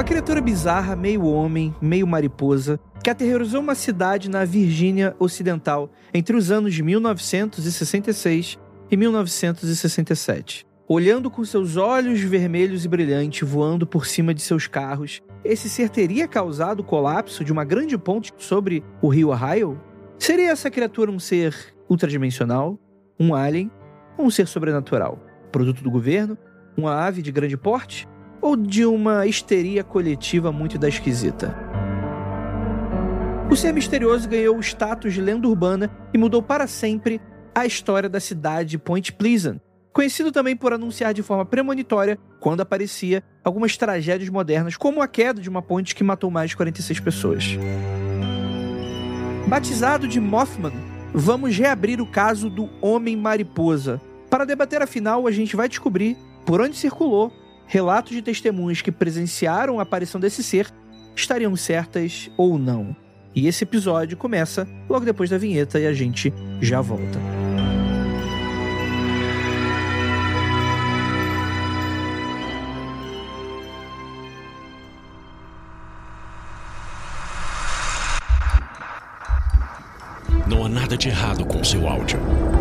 criatura bizarra, meio homem, meio mariposa, que aterrorizou uma cidade na Virgínia Ocidental entre os anos de 1966 e 1967. Olhando com seus olhos vermelhos e brilhantes voando por cima de seus carros, esse ser teria causado o colapso de uma grande ponte sobre o rio Ohio? Seria essa criatura um ser ultradimensional, um alien ou um ser sobrenatural? Produto do governo? Uma ave de grande porte? Ou de uma histeria coletiva muito da esquisita? O ser misterioso ganhou o status de lenda urbana e mudou para sempre a história da cidade de Point Pleasant, conhecido também por anunciar de forma premonitória, quando aparecia, algumas tragédias modernas, como a queda de uma ponte que matou mais de 46 pessoas. Batizado de Mothman, vamos reabrir o caso do Homem-Mariposa. Para debater, afinal, a gente vai descobrir por onde circulou relatos de testemunhas que presenciaram a aparição desse ser estariam certas ou não. E esse episódio começa logo depois da vinheta e a gente já volta. Não há nada de errado com seu áudio.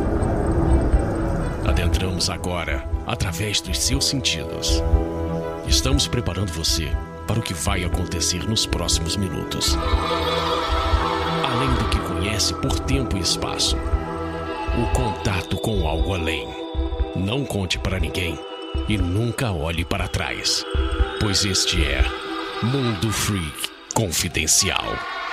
Adentramos agora através dos seus sentidos. Estamos preparando você para o que vai acontecer nos próximos minutos. Além do que conhece por tempo e espaço, o contato com algo além. Não conte para ninguém e nunca olhe para trás, pois este é Mundo Freak Confidencial.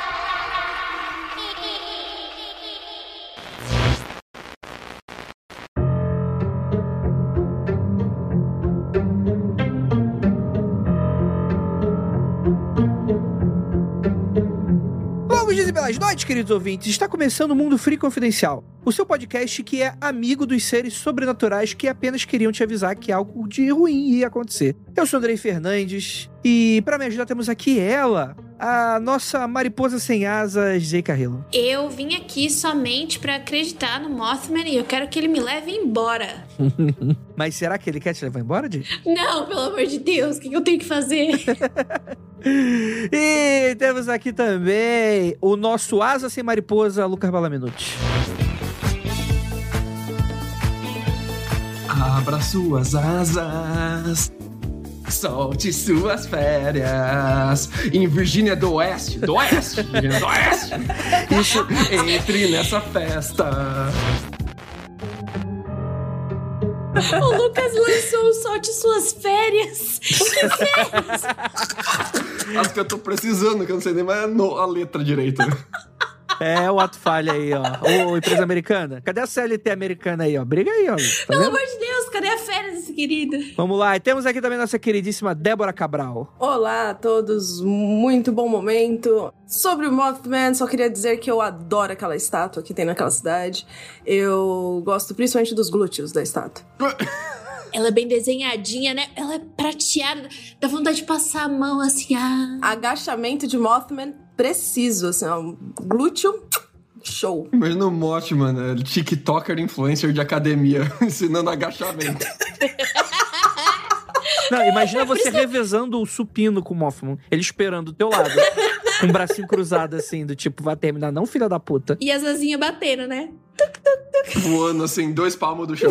Boas noites, queridos ouvintes. Está começando o Mundo Freak Confidencial, o seu podcast que é amigo dos seres sobrenaturais que apenas queriam te avisar que algo de ruim ia acontecer. Eu sou Andrei Fernandes e para me ajudar temos aqui ela, a nossa mariposa sem asas, Zey Carrillo. Eu vim aqui somente pra acreditar no Mothman e eu quero que ele me leve embora. Mas será que ele quer te levar embora, Jay? Não, pelo amor de Deus, o que eu tenho que fazer? E temos aqui também o nosso asa sem mariposa, Lucas Balaminuti. Abra suas asas, solte suas férias em Virgínia do Oeste. Virgínia do Oeste. Isso, entre nessa festa. O Lucas lançou o Solte Suas Férias. Que férias? Acho que eu tô precisando, que eu não sei nem mais a letra direito. É, o ato falha aí, ó. Ô, empresa americana. Cadê a CLT americana aí, ó? Briga aí, ó. Tá Pelo vendo? amor de Deus, cadê a férias desse querido? Vamos lá. E temos aqui também nossa queridíssima Débora Cabral. Olá a todos, muito bom momento. Sobre o Mothman, só queria dizer que eu adoro aquela estátua que tem naquela cidade. Eu gosto principalmente dos glúteos da estátua. Ela é bem desenhadinha, né? Ela é prateada, dá vontade de passar a mão assim, Agachamento de Mothman preciso, assim, ó, glúteo, show. Imagina o Mothman, né? TikToker influencer de academia, ensinando agachamento. Não, imagina você revezando o supino com o Mothman. Ele esperando do teu lado. Com o bracinho cruzado, assim, do tipo, vai terminar não, filha da puta. E as asinhas batendo, né? Voando, assim, 2 palmos do chão.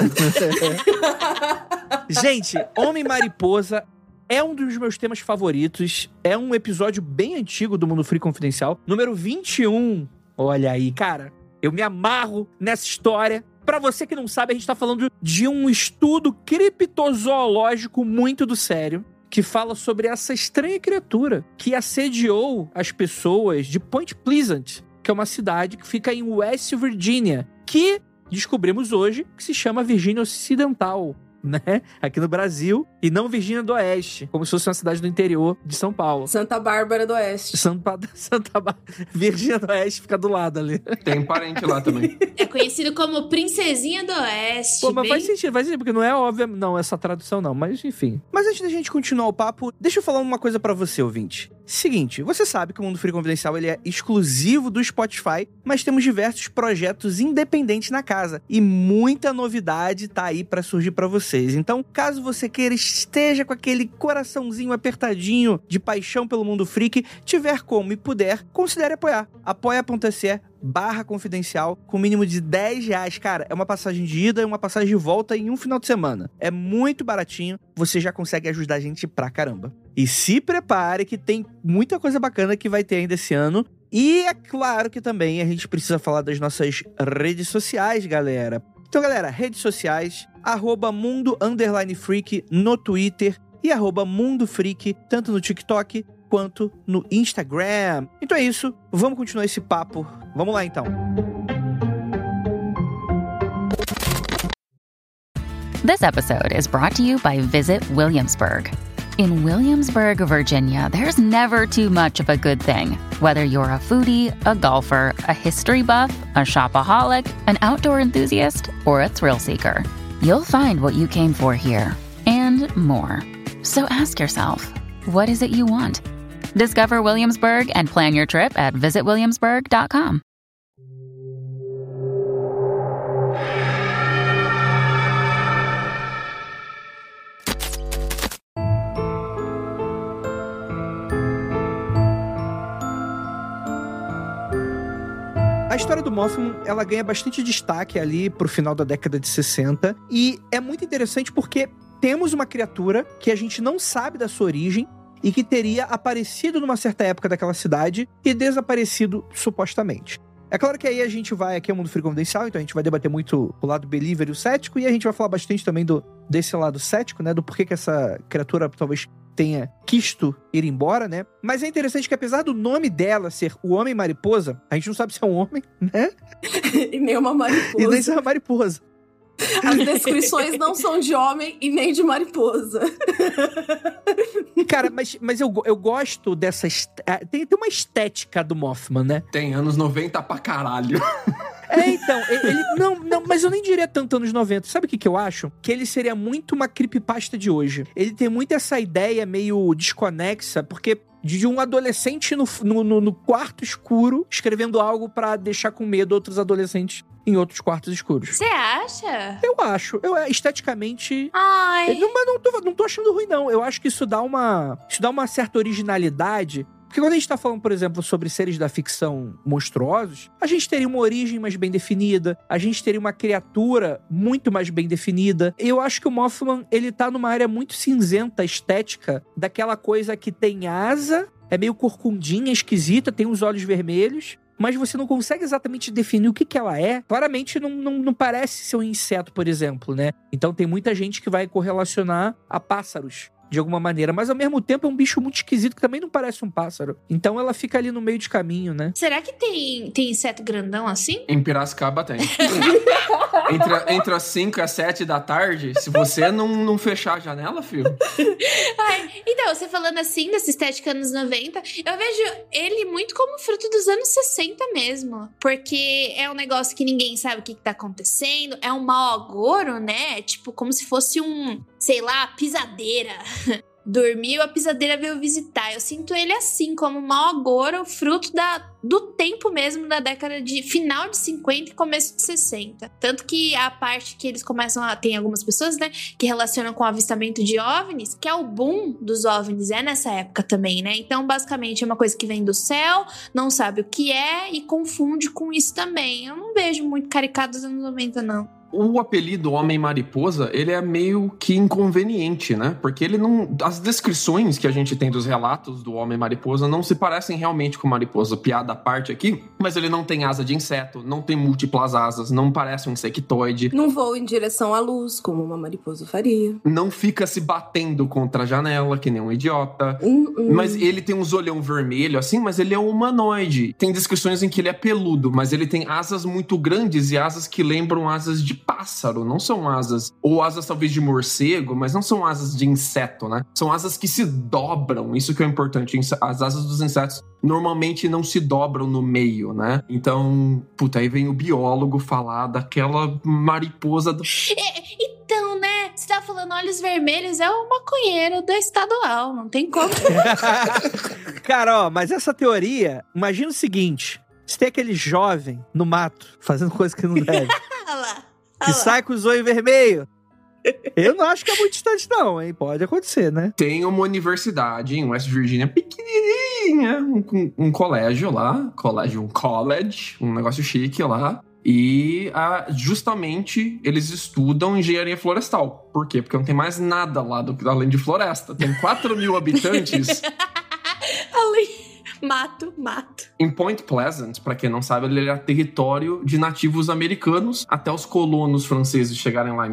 Gente, Homem-Mariposa é um dos meus temas favoritos. É um episódio bem antigo do Mundo Freak Confidencial. Número 21. Olha aí, cara. Eu me amarro nessa história. Pra você que não sabe, a gente tá falando de um estudo criptozoológico muito do sério, que fala sobre essa estranha criatura que assediou as pessoas de Point Pleasant, que é uma cidade que fica em West Virginia, que descobrimos hoje que se chama Virgínia Ocidental, né? Aqui no Brasil, e não Virgínia do Oeste, como se fosse uma cidade do interior de São Paulo. Santa Bárbara do Oeste. Virgínia do Oeste fica do lado ali. Tem parente lá também. É conhecido como Princesinha do Oeste. Pô, mas faz sentido, porque não é óbvio, não, essa tradução não, mas enfim. Mas antes da gente continuar o papo, deixa eu falar uma coisa pra você, ouvinte. Seguinte, você sabe que o Mundo Freak Confidencial ele é exclusivo do Spotify, mas temos diversos projetos independentes na casa e muita novidade tá aí pra surgir pra vocês. Então, caso você queira, esteja com aquele coraçãozinho apertadinho de paixão pelo Mundo Freak, tiver como e puder, considere apoiar. apoia.se/confidencial com mínimo de R$10. Cara, é uma passagem de ida e uma passagem de volta em um final de semana. É muito baratinho, você já consegue ajudar a gente pra caramba. E se prepare que tem muita coisa bacana que vai ter ainda esse ano. E é claro que também a gente precisa falar das nossas redes sociais, galera. Então, galera, redes sociais, @mundo_freak no Twitter e @mundofreak, tanto no TikTok quanto no Instagram. Então é isso, vamos continuar esse papo. Vamos lá, então. This episode is brought to you by Visit Williamsburg. In Williamsburg, Virginia, there's never too much of a good thing. Whether you're a foodie, a golfer, a history buff, a shopaholic, an outdoor enthusiast, or a thrill seeker, you'll find what you came for here and more. So ask yourself, what is it you want? Discover Williamsburg and plan your trip at visitwilliamsburg.com. A história do Mothman, ela ganha bastante destaque ali pro final da década de 60 e é muito interessante porque temos uma criatura que a gente não sabe da sua origem e que teria aparecido numa certa época daquela cidade e desaparecido supostamente. É claro que aí a gente vai, aqui é o Mundo Freak Confidencial, então a gente vai debater muito o lado believer e o cético, e a gente vai falar bastante também desse lado cético, né, do porquê que essa criatura talvez tenha quisto ir embora, né? Mas é interessante que apesar do nome dela ser o Homem-Mariposa, a gente não sabe se é um homem, né? E nem uma mariposa. E nem se é uma mariposa. As descrições não são de homem e nem de mariposa. Cara, mas eu gosto dessa... Tem uma estética do Mothman, né? Tem anos 90 pra caralho. Então, ele... Não, mas eu nem diria tanto anos 90. Sabe o que eu acho? Que ele seria muito uma creepypasta de hoje. Ele tem muito essa ideia meio desconexa, porque... de um adolescente no quarto escuro, escrevendo algo pra deixar com medo outros adolescentes em outros quartos escuros. Você acha? Eu acho. Esteticamente... Ai. Mas não tô achando ruim, não. Eu acho que isso dá uma certa originalidade. Porque quando a gente tá falando, por exemplo, sobre seres da ficção monstruosos, a gente teria uma origem mais bem definida, a gente teria uma criatura muito mais bem definida. Eu acho que o Mothman, ele tá numa área muito cinzenta, estética, daquela coisa que tem asa, é meio corcundinha, esquisita, tem os olhos vermelhos, mas você não consegue exatamente definir o que ela é. Claramente não parece ser um inseto, por exemplo, né? Então tem muita gente que vai correlacionar a pássaros, de alguma maneira, mas ao mesmo tempo é um bicho muito esquisito que também não parece um pássaro. Então ela fica ali no meio de caminho, né? Será que tem inseto grandão assim? Em Piracicaba tem. entre as 5 e as 7 da tarde, se você não fechar a janela, filho. Ai, então, você falando assim, dessa estética anos 90, eu vejo ele muito como fruto dos anos 60 mesmo. Porque é um negócio que ninguém sabe o que tá acontecendo, é um mau agouro, né? Tipo, como se fosse sei lá, pisadeira. Dormiu, a pisadeira veio visitar. Eu sinto ele assim, como um mau agouro, fruto do tempo mesmo da década de final de 50 e começo de 60. Tanto que a parte que eles começam a... Tem algumas pessoas, né, que relacionam com o avistamento de OVNIs, que é o boom dos OVNIs, é nessa época também, né? Então, basicamente, é uma coisa que vem do céu, não sabe o que é e confunde com isso também. Eu não vejo muito caricato dos anos 90, não. O apelido Homem-Mariposa, ele é meio que inconveniente, né? Porque ele não... As descrições que a gente tem dos relatos do Homem-Mariposa não se parecem realmente com mariposa. Piada à parte aqui. Mas ele não tem asa de inseto, não tem múltiplas asas, não parece um insectoide. Não voa em direção à luz, como uma mariposa faria. Não fica se batendo contra a janela, que nem um idiota. Mas ele tem uns olhão vermelho, assim, mas ele é humanoide. Tem descrições em que ele é peludo, mas ele tem asas muito grandes e asas que lembram asas de pássaro, não são asas, ou asas talvez de morcego, mas não são asas de inseto, né? São asas que se dobram, isso que é importante. As asas dos insetos normalmente não se dobram no meio, né? Então, aí vem o biólogo falar daquela mariposa do... Então, né? Você tá falando olhos vermelhos, é o maconheiro da estadual, não tem como. Cara, ó, mas essa teoria, imagina o seguinte: se tem aquele jovem no mato, fazendo coisa que não deve, Olha lá. que sai com os olhos vermelhos, eu não acho que é muito distante não, hein? Pode acontecer, né? Tem uma universidade em West Virginia pequenininha, um colégio lá, college, um negócio chique lá. E justamente eles estudam engenharia florestal. Por quê? Porque não tem mais nada lá além de floresta. Tem 4.000 habitantes. Mato. Em Point Pleasant, pra quem não sabe, ele era território de nativos americanos até os colonos franceses chegarem lá em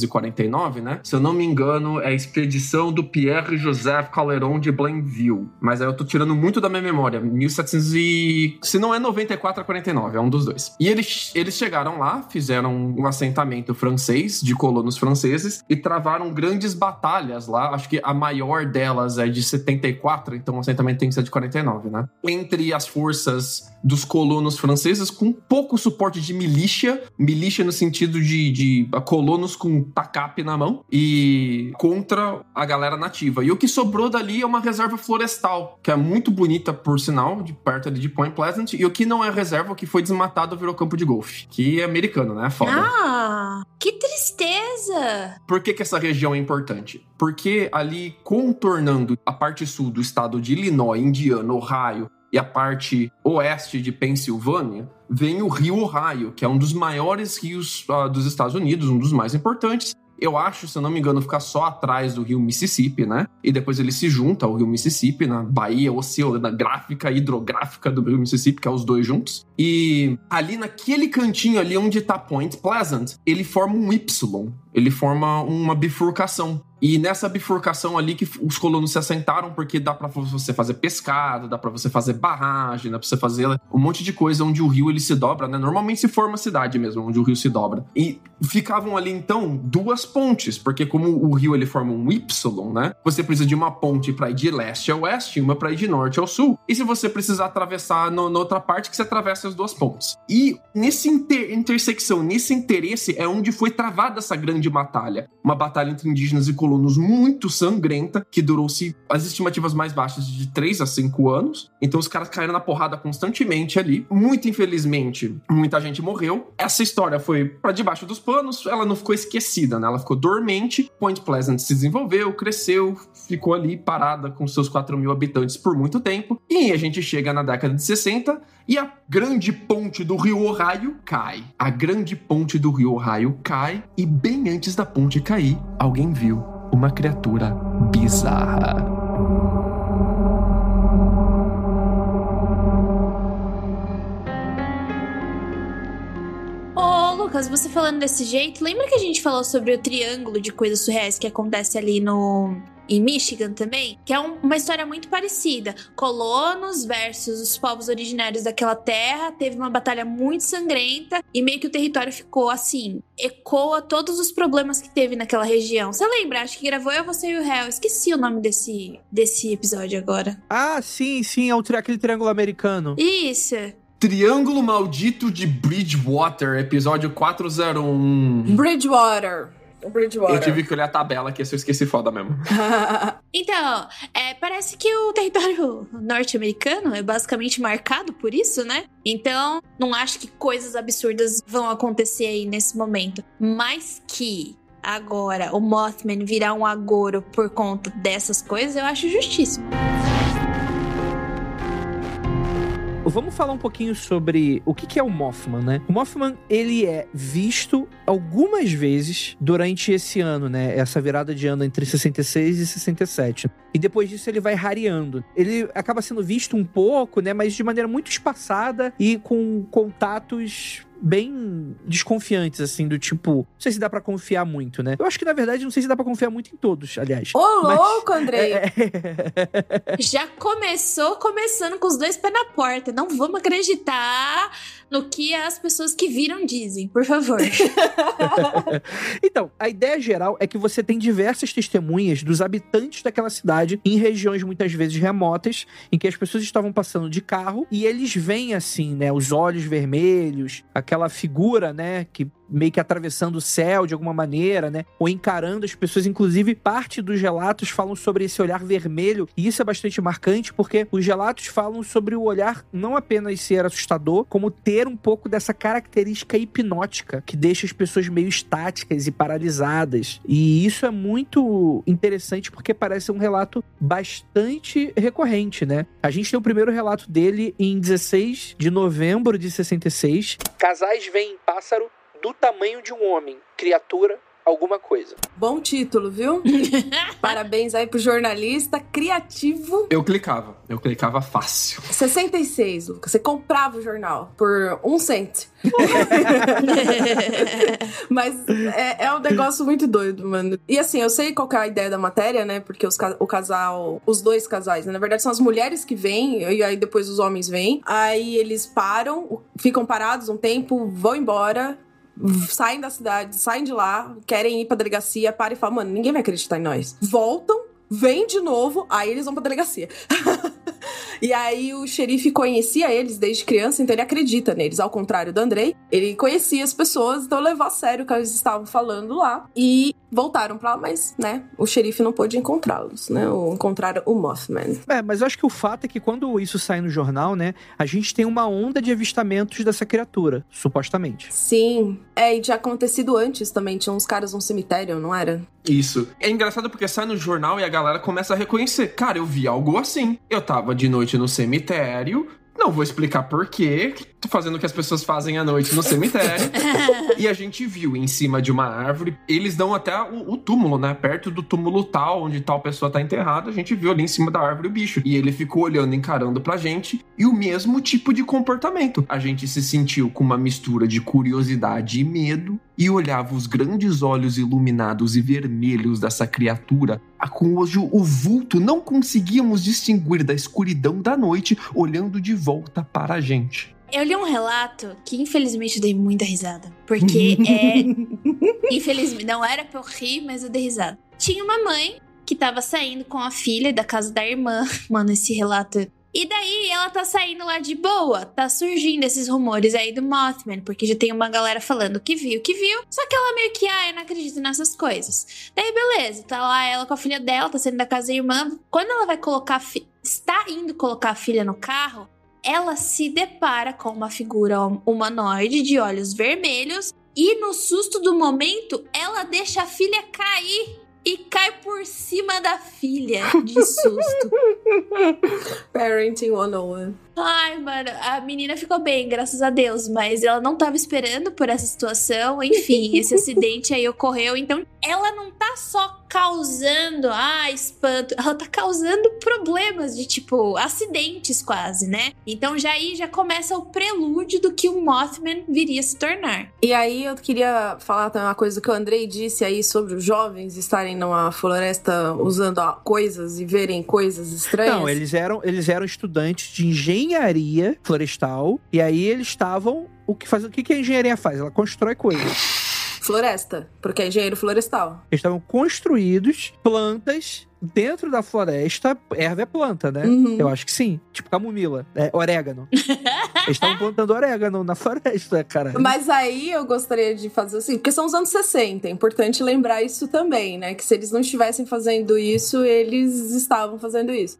1749, né? Se eu não me engano, é a expedição do Pierre-Joseph Caleron de Blainville. Mas aí eu tô tirando muito da minha memória. 1700 e... Se não é 94 a 49, é um dos dois. E eles chegaram lá, fizeram um assentamento francês, de colonos franceses, e travaram grandes batalhas lá. Acho que a maior delas é de 74, então o assentamento tem que ser de 49, né? Entre as forças dos colonos franceses com pouco suporte de milícia no sentido de colonos com tacape na mão, e contra a galera nativa. E o que sobrou dali é uma reserva florestal, que é muito bonita, por sinal, de perto ali de Point Pleasant, e o que não é reserva, o que foi desmatado, virou campo de golfe, que é americano, né? Foda. Ah, que tristeza! Por que essa região é importante? Porque ali, contornando a parte sul do estado de Illinois, Indiana, Ohio, e a parte oeste de Pensilvânia, vem o rio Ohio, que é um dos maiores rios dos Estados Unidos, um dos mais importantes. Eu acho, se eu não me engano, fica só atrás do rio Mississippi, né? E depois ele se junta ao rio Mississippi, na baía oceanográfica e hidrográfica do rio Mississippi, que é os dois juntos. E ali naquele cantinho ali onde tá Point Pleasant, ele forma um Y. Ele forma uma bifurcação. E nessa bifurcação ali que os colonos se assentaram, porque dá pra você fazer pescado, dá pra você fazer barragem, dá pra você fazer um monte de coisa onde o rio ele se dobra, né? Normalmente se forma cidade mesmo, onde o rio se dobra. E ficavam ali, então, duas pontes, porque como o rio ele forma um Y, né? Você precisa de uma ponte pra ir de leste a oeste e uma pra ir de norte ao sul. E se você precisar atravessar na outra parte, que você atravessa as duas pontes. E nesse intersecção, nesse interesse, é onde foi travada essa grande batalha. Uma batalha entre indígenas e colonos muito sangrenta, que durou-se, as estimativas mais baixas, de 3 a 5 anos. Então os caras caíram na porrada constantemente ali. Muito infelizmente, muita gente morreu. Essa história foi pra debaixo dos panos, ela não ficou esquecida, né? Ela ficou dormente. Point Pleasant se desenvolveu, cresceu, ficou ali parada com seus 4.000 habitantes por muito tempo. E a gente chega na década de 60 e a grande ponte do rio Ohio cai. A grande ponte do rio Ohio cai e bem antes da ponte cair, alguém viu uma criatura bizarra. Ô, Lucas, você falando desse jeito, lembra que a gente falou sobre o triângulo de coisas surreais que acontece ali em Michigan também? Que é uma história muito parecida. Colonos versus os povos originários daquela terra. Teve uma batalha muito sangrenta e meio que o território ficou assim, ecoa todos os problemas que teve naquela região. Você lembra? Acho que gravou Eu, Você e o Réu. Esqueci o nome desse episódio agora. Ah, sim, é aquele triângulo americano. Isso. Triângulo Maldito de Bridgewater, episódio 401. Bridgewater. Eu tive que olhar a tabela que eu esqueci foda mesmo. Então, parece que o território norte-americano é basicamente marcado por isso, né? Então, não acho que coisas absurdas vão acontecer aí nesse momento. Mas que agora o Mothman virar um agouro por conta dessas coisas, eu acho justíssimo. Vamos falar um pouquinho sobre o que é o Mothman, né? O Mothman, ele é visto algumas vezes durante esse ano, né? Essa virada de ano entre 66 e 67. E depois disso ele vai rareando. Ele acaba sendo visto um pouco, né? Mas de maneira muito espaçada e com contatos bem desconfiantes, assim, do tipo... Não sei se dá pra confiar muito, né? Eu acho que, na verdade, não sei se dá pra confiar muito em todos, aliás. Ô, louco, Andrei! Já começando com os dois pés na porta. Não vamos acreditar no que as pessoas que viram dizem, por favor. Então, a ideia geral é que você tem diversas testemunhas dos habitantes daquela cidade em regiões muitas vezes remotas, em que as pessoas estavam passando de carro e eles veem assim, né, os olhos vermelhos, aquela figura, né, que meio que atravessando o céu de alguma maneira, né? Ou encarando as pessoas. Inclusive, parte dos relatos falam sobre esse olhar vermelho, e isso é bastante marcante, porque os relatos falam sobre o olhar não apenas ser assustador, como ter um pouco dessa característica hipnótica, que deixa as pessoas meio estáticas e paralisadas. E isso é muito interessante, porque parece um relato bastante recorrente, né? A gente tem o primeiro relato dele em 16 de novembro de 66. Casais veem pássaro do tamanho de um homem, criatura, alguma coisa. Bom título, viu? Parabéns aí pro jornalista criativo. Eu clicava fácil. 66, Lucas. Você comprava o jornal por 1 cento. Mas é um negócio muito doido, mano. E assim, eu sei qual que é a ideia da matéria, né? Porque os dois casais, né? Na verdade, são as mulheres que vêm, e aí depois os homens vêm. Aí eles param, ficam parados um tempo, vão embora, saem da cidade, saem de lá, querem ir pra delegacia, param e falam, mano, ninguém vai acreditar em nós. Voltam, vêm de novo, aí eles vão pra delegacia. E aí o xerife conhecia eles desde criança, então ele acredita neles. Ao contrário do Andrei, ele conhecia as pessoas, então levou a sério o que eles estavam falando lá. E voltaram pra lá, mas, né, o xerife não pôde encontrá-los, né? Ou encontrar o Mothman. Mas eu acho que o fato é que quando isso sai no jornal, né, a gente tem uma onda de avistamentos dessa criatura, supostamente. Sim. E tinha acontecido antes também, tinha uns caras num cemitério, não era? Isso. É engraçado porque sai no jornal e a galera começa a reconhecer. Cara, eu vi algo assim. Eu tava de noite no cemitério. Não vou explicar por quê. Tô fazendo o que as pessoas fazem à noite no cemitério. E a gente viu em cima de uma árvore. Eles dão até o túmulo, né? Perto do túmulo tal, onde tal pessoa tá enterrada. A gente viu ali em cima da árvore o bicho. E ele ficou olhando, encarando pra gente. E o mesmo tipo de comportamento. A gente se sentiu com uma mistura de curiosidade e medo. E olhava os grandes olhos iluminados e vermelhos dessa criatura, a cujo o vulto não conseguíamos distinguir da escuridão da noite, olhando de volta para a gente. Eu li um relato que, infelizmente, eu dei muita risada. Porque infelizmente, não era pra eu rir, mas eu dei risada. Tinha uma mãe que tava saindo com a filha da casa da irmã. Mano, esse relato... E daí, ela tá saindo lá de boa. Tá surgindo esses rumores aí do Mothman, porque já tem uma galera falando que viu. Só que ela meio que, eu não acredito nessas coisas. Daí, beleza. Tá lá ela com a filha dela, tá saindo da casa da irmã. Quando ela vai colocar... está indo colocar a filha no carro, ela se depara com uma figura humanoide de olhos vermelhos. E no susto do momento, ela deixa a filha cair. E cai por cima da filha, de susto. Parenting 101. Ai, mano, a menina ficou bem, graças a Deus. Mas ela não tava esperando por essa situação. Enfim, esse acidente aí ocorreu. Então, ela não tá só causando, espanto. Ela tá causando problemas de, tipo, acidentes quase, né? Então, já começa o prelúdio do que o Mothman viria a se tornar. E aí, eu queria falar também uma coisa que o Andrei disse aí sobre os jovens estarem numa floresta usando coisas e verem coisas estranhas. Não, eles eram estudantes de engenharia florestal, e aí eles estavam... O que a engenharia faz? Ela constrói coisas. Floresta, porque é engenheiro florestal. Eles estavam construídos plantas dentro da floresta. Erva é planta, né? Uhum. Eu acho que sim. Tipo camomila, orégano. Eles estavam plantando orégano na floresta, cara. Mas aí eu gostaria de fazer assim, porque são os anos 60, é importante lembrar isso também, né? Que se eles não estivessem fazendo isso, eles estavam fazendo isso.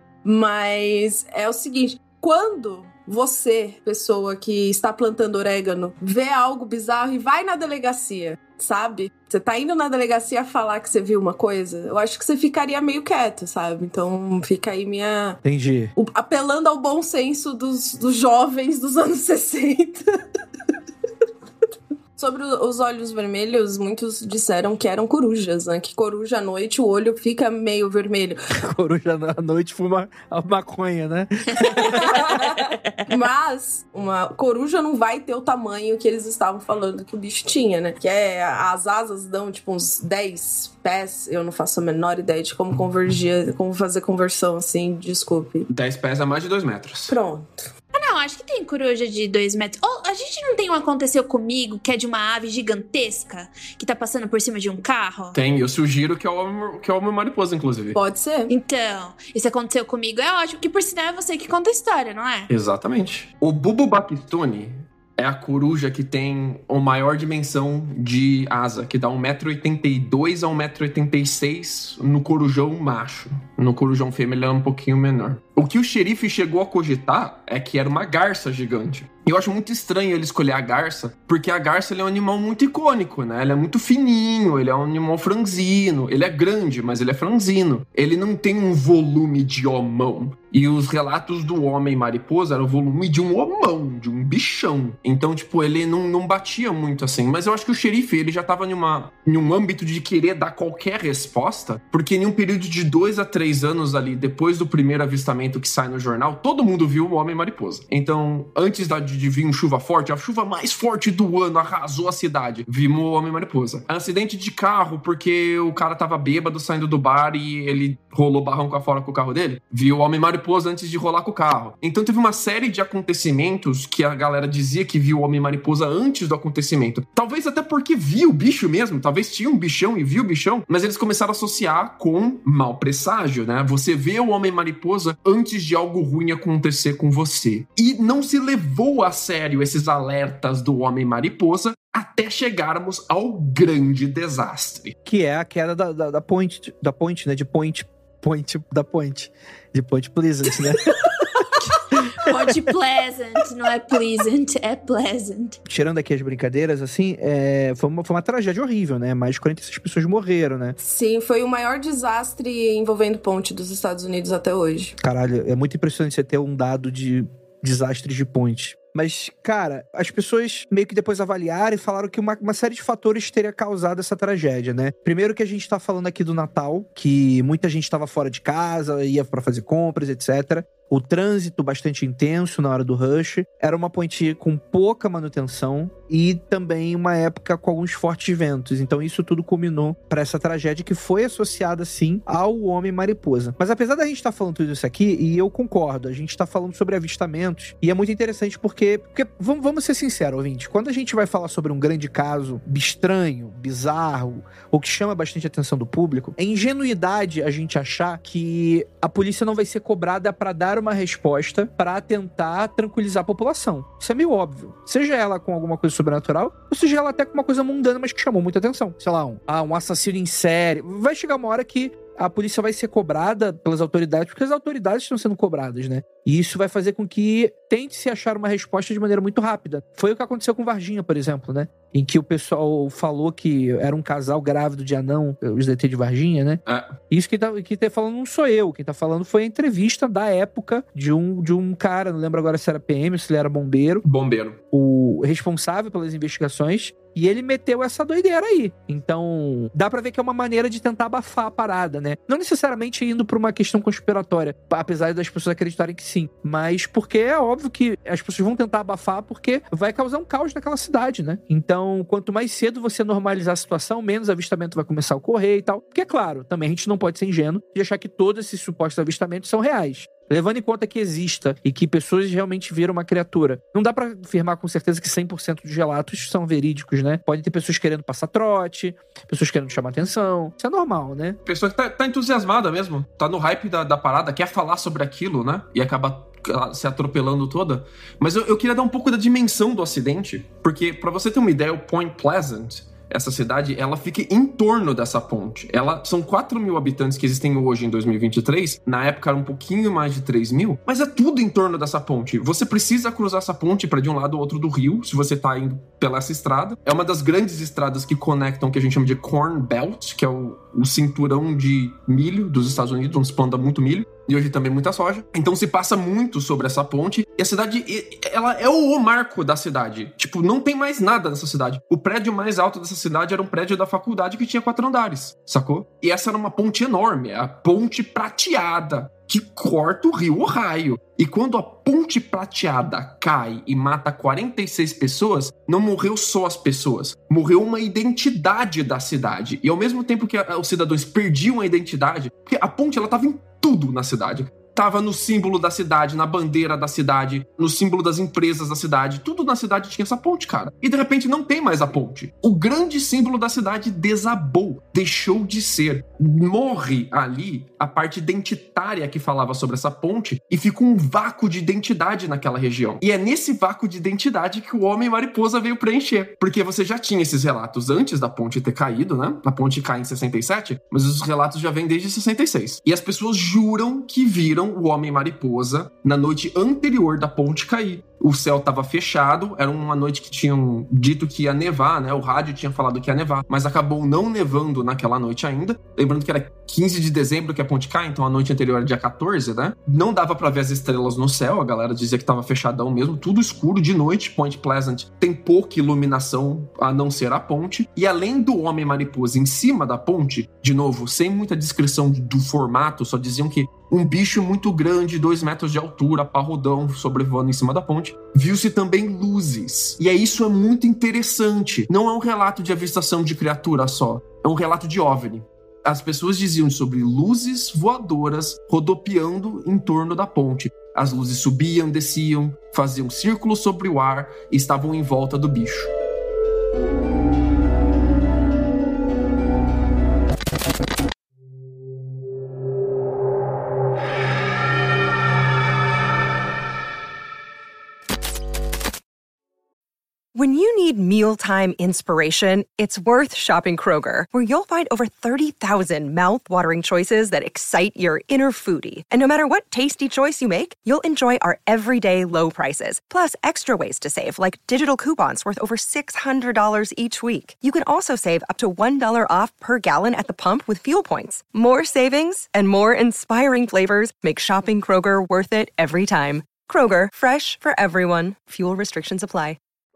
Mas é o seguinte, quando você, pessoa que está plantando orégano, vê algo bizarro e vai na delegacia, sabe? Você tá indo na delegacia falar que você viu uma coisa, eu acho que você ficaria meio quieto, sabe? Então fica aí minha... Entendi. Apelando ao bom senso dos jovens dos anos 60. Sobre os olhos vermelhos, muitos disseram que eram corujas, né? Que coruja à noite o olho fica meio vermelho. Coruja à noite fuma a maconha, né? Mas uma coruja não vai ter o tamanho que eles estavam falando que o bicho tinha, né? Que as asas dão tipo uns 10 pés. Eu não faço a menor ideia de como convergir, como fazer conversão assim, desculpe. 10 pés a mais de 2 metros. Pronto. Não, acho que tem coruja de 2 metros. A gente não tem um Aconteceu Comigo, que é de uma ave gigantesca, que tá passando por cima de um carro? Tem, eu sugiro que é o Homem Mariposa, inclusive. Pode ser. Então, isso Aconteceu Comigo é ótimo, que por sinal é você que conta a história, não é? Exatamente. O Bubu Bapistuni é a coruja que tem a maior dimensão de asa, que dá 1,82 m a 1,86 m no corujão macho. No corujão fêmea ele é um pouquinho menor. O que o xerife chegou a cogitar é que era uma garça gigante. Eu acho muito estranho ele escolher a garça, porque a garça ele é um animal muito icônico, né? Ele é muito fininho, ele é um animal franzino, ele é grande, mas ele é franzino. Ele não tem um volume de homão. E os relatos do Homem-Mariposa eram o volume de um homão, de um bichão. Então, tipo, ele não batia muito assim. Mas eu acho que o xerife, ele já tava em um âmbito de querer dar qualquer resposta, porque em um período de 2 a 3 anos ali, depois do primeiro avistamento que sai no jornal, todo mundo viu o Homem-Mariposa. Então, antes de vir uma chuva forte, a chuva mais forte do ano arrasou a cidade, vimos o Homem-Mariposa. Acidente de carro, porque o cara tava bêbado saindo do bar e ele rolou barranco afora com o carro dele, viu o Homem-Mariposa antes de rolar com o carro. Então teve uma série de acontecimentos que a galera dizia que viu o Homem-Mariposa antes do acontecimento. Talvez até porque viu o bicho mesmo, talvez tinha um bichão e viu o bichão, mas eles começaram a associar com mau presságio, né? Você vê o Homem-Mariposa antes de algo ruim acontecer com você. E não se levou a sério esses alertas do Homem-Mariposa até chegarmos ao grande desastre. Que é a queda da Point, né? De Point Pleasant, né? Point Pleasant, não é pleasant, é pleasant. Tirando aqui as brincadeiras, assim, foi uma tragédia horrível, né? Mais de 46 pessoas morreram, né? Sim, foi o maior desastre envolvendo ponte dos Estados Unidos até hoje. Caralho, é muito impressionante você ter um dado de desastres de ponte. Mas, cara, as pessoas meio que depois avaliaram e falaram que uma série de fatores teria causado essa tragédia, né? Primeiro que a gente tá falando aqui do Natal, que muita gente tava fora de casa, ia pra fazer compras, etc. O trânsito bastante intenso na hora do rush. Era uma ponte com pouca manutenção e também uma época com alguns fortes ventos. Então isso tudo culminou para essa tragédia que foi associada, sim, ao Homem-Mariposa. Mas apesar da gente estar falando tudo isso aqui, e eu concordo, a gente tá falando sobre avistamentos, e é muito interessante porque vamos ser sinceros, ouvinte, quando a gente vai falar sobre um grande caso estranho, bizarro, ou que chama bastante a atenção do público, é ingenuidade a gente achar que a polícia não vai ser cobrada para dar uma resposta para tentar tranquilizar a população. Isso é meio óbvio. Seja ela com alguma coisa sobrenatural, ou seja ela até com uma coisa mundana, mas que chamou muita atenção. Sei lá, um assassino em série. Vai chegar uma hora que a polícia vai ser cobrada pelas autoridades, porque as autoridades estão sendo cobradas, né? E isso vai fazer com que tente-se achar uma resposta de maneira muito rápida. Foi o que aconteceu com Varginha, por exemplo, né? Em que o pessoal falou que era um casal grávido de anão, os DT de Varginha, né? Isso que tá falando não sou eu. Quem tá falando foi a entrevista da época de um cara, não lembro agora se era PM ou se ele era bombeiro. Bombeiro. O responsável pelas investigações. E ele meteu essa doideira aí. Então, dá pra ver que é uma maneira de tentar abafar a parada, né? Não necessariamente indo pra uma questão conspiratória, apesar das pessoas acreditarem que sim. Mas porque é óbvio que as pessoas vão tentar abafar porque vai causar um caos naquela cidade, né? Então, quanto mais cedo você normalizar a situação, menos avistamento vai começar a ocorrer e tal. Porque, é claro, também a gente não pode ser ingênuo de achar que todos esses supostos avistamentos são reais. Levando em conta que exista e que pessoas realmente viram uma criatura. Não dá pra afirmar com certeza que 100% dos relatos são verídicos, né? Pode ter pessoas querendo passar trote, pessoas querendo chamar atenção. Isso é normal, né? Pessoa que tá entusiasmada mesmo. Tá no hype da parada, quer falar sobre aquilo, né? E acaba se atropelando toda. Mas eu queria dar um pouco da dimensão do acidente. Porque, pra você ter uma ideia, o Point Pleasant, essa cidade, ela fica em torno dessa ponte. São 4 mil habitantes que existem hoje em 2023. Na época era um pouquinho mais de 3 mil. Mas é tudo em torno dessa ponte. Você precisa cruzar essa ponte para de um lado ou outro do rio, se você tá indo pela essa estrada. É uma das grandes estradas que conectam o que a gente chama de Corn Belt, que é o cinturão de milho dos Estados Unidos, onde se planta muito milho. E hoje também muita soja. Então se passa muito sobre essa ponte. E a cidade, ela é o marco da cidade. Tipo, não tem mais nada nessa cidade. O prédio mais alto dessa cidade era um prédio da faculdade que tinha 4 andares, sacou? E essa era uma ponte enorme, a ponte prateada, que corta o rio Ohio. E quando a ponte prateada cai e mata 46 pessoas, não morreu só as pessoas. Morreu uma identidade da cidade. E ao mesmo tempo que os cidadãos perdiam a identidade, porque a ponte ela tava em tudo na cidade. Tava no símbolo da cidade, na bandeira da cidade, no símbolo das empresas da cidade. Tudo na cidade tinha essa ponte, cara. E de repente não tem mais a ponte. O grande símbolo da cidade desabou, deixou de ser. Morre ali a parte identitária que falava sobre essa ponte e fica um vácuo de identidade naquela região. E é nesse vácuo de identidade que o Homem-Mariposa veio preencher. Porque você já tinha esses relatos antes da ponte ter caído, né? A ponte cai em 67, mas os relatos já vêm desde 66. E as pessoas juram que viram o Homem-Mariposa na noite anterior da ponte cair. O céu estava fechado, era uma noite que tinham dito que ia nevar, né? O rádio tinha falado que ia nevar, mas acabou não nevando naquela noite ainda. Lembrando que era 15 de dezembro que a ponte cai, então a noite anterior era dia 14, né? Não dava pra ver as estrelas no céu, a galera dizia que tava fechadão mesmo, tudo escuro de noite. Point Pleasant tem pouca iluminação a não ser a ponte. E além do Homem-Mariposa em cima da ponte, de novo, sem muita descrição do formato, só diziam que um bicho muito grande, 2 metros de altura, parrudão, sobrevoando em cima da ponte. Viu-se também luzes. E isso é muito interessante. Não é um relato de avistação de criatura só. É um relato de OVNI. As pessoas diziam sobre luzes voadoras rodopiando em torno da ponte. As luzes subiam, desciam, faziam círculos sobre o ar e estavam em volta do bicho. When you need mealtime inspiration, it's worth shopping Kroger, where you'll find over 30,000 mouth-watering choices that excite your inner foodie. And no matter what tasty choice you make, you'll enjoy our everyday low prices, plus extra ways to save, like digital coupons worth over $600 each week. You can also save up to $1 off per gallon at the pump with fuel points. More savings and more inspiring flavors make shopping Kroger worth it every time. Kroger, fresh for everyone. Fuel restrictions apply.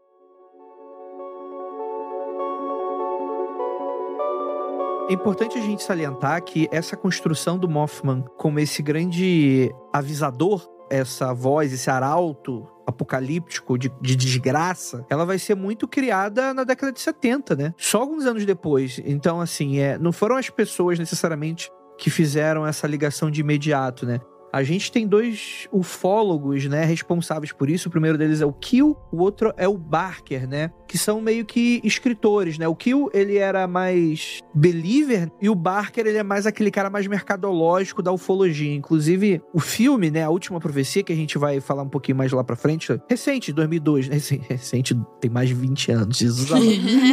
É importante a gente salientar que essa construção do Mothman como esse grande avisador, essa voz, esse arauto apocalíptico de desgraça, ela vai ser muito criada na década de 70, né? Só alguns anos depois. Então, assim, não foram as pessoas necessariamente que fizeram essa ligação de imediato, né? A gente tem 2 ufólogos, né, responsáveis por isso. O primeiro deles é o Keel, o outro é o Barker, né, que são meio que escritores, né. O Keel, ele era mais believer e o Barker, ele é mais aquele cara mais mercadológico da ufologia. Inclusive, o filme, né, A Última Profecia, que a gente vai falar um pouquinho mais lá pra frente, recente, 2002, recente, tem mais de 20 anos, Jesus amado.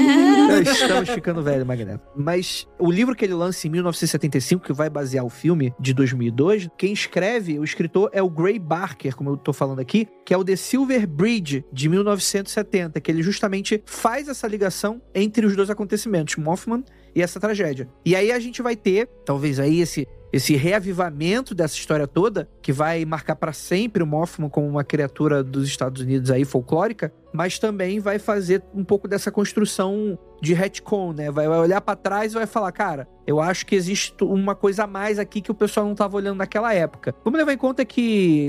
Estamos ficando velho, Magneto. Mas o livro que ele lança em 1975, que vai basear o filme de 2002, quem escreve, o escritor é o Gray Barker, como eu tô falando aqui, que é o The Silver Bridge, de 1970, que ele justamente faz essa ligação entre os 2 acontecimentos, Mothman e essa tragédia. E aí a gente vai ter, talvez aí, esse reavivamento dessa história toda, que vai marcar para sempre o Mothman como uma criatura dos Estados Unidos aí, folclórica, mas também vai fazer um pouco dessa construção de retcon, né? Vai olhar para trás e vai falar, cara, eu acho que existe uma coisa a mais aqui que o pessoal não tava olhando naquela época. Vamos levar em conta que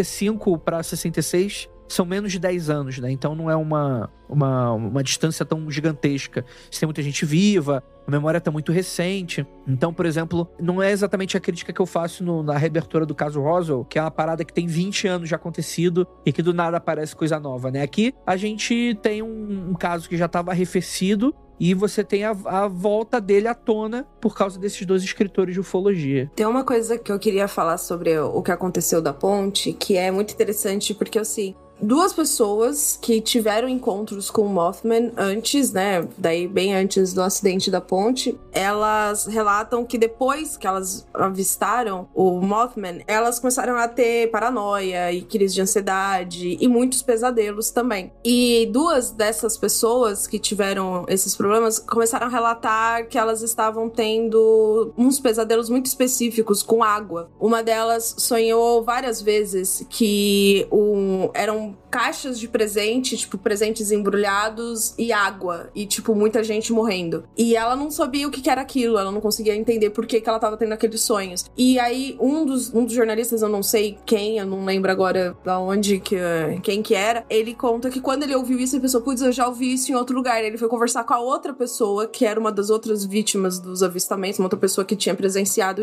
75 para 66 são menos de 10 anos, né? Então não é uma distância tão gigantesca. Se tem muita gente viva, a memória tá muito recente. Então, por exemplo, não é exatamente a crítica que eu faço na reabertura do caso Roswell, que é uma parada que tem 20 anos já acontecido e que do nada aparece coisa nova, né? Aqui a gente tem um caso que já estava arrefecido e você tem a volta dele à tona por causa desses 2 escritores de ufologia. Tem uma coisa que eu queria falar sobre o que aconteceu da ponte, que é muito interessante, porque assim, 2 pessoas que tiveram encontros com o Mothman antes, né, daí bem antes do acidente da ponte, elas relatam que depois que elas avistaram o Mothman, elas começaram a ter paranoia e crise de ansiedade e muitos pesadelos também. E 2 dessas pessoas que tiveram esses problemas começaram a relatar que elas estavam tendo uns pesadelos muito específicos com água. Uma delas sonhou várias vezes que eram caixas de presente, tipo, presentes embrulhados e água, e, tipo, muita gente morrendo. E ela não sabia o que era aquilo, ela não conseguia entender por que ela tava tendo aqueles sonhos. E aí, um dos jornalistas, eu não sei quem, eu não lembro agora da onde, quem que era, ele conta que quando ele ouviu isso, ele pensou, putz, eu já ouvi isso em outro lugar. Ele foi conversar com a outra pessoa, que era uma das outras vítimas dos avistamentos, uma outra pessoa que tinha presenciado isso.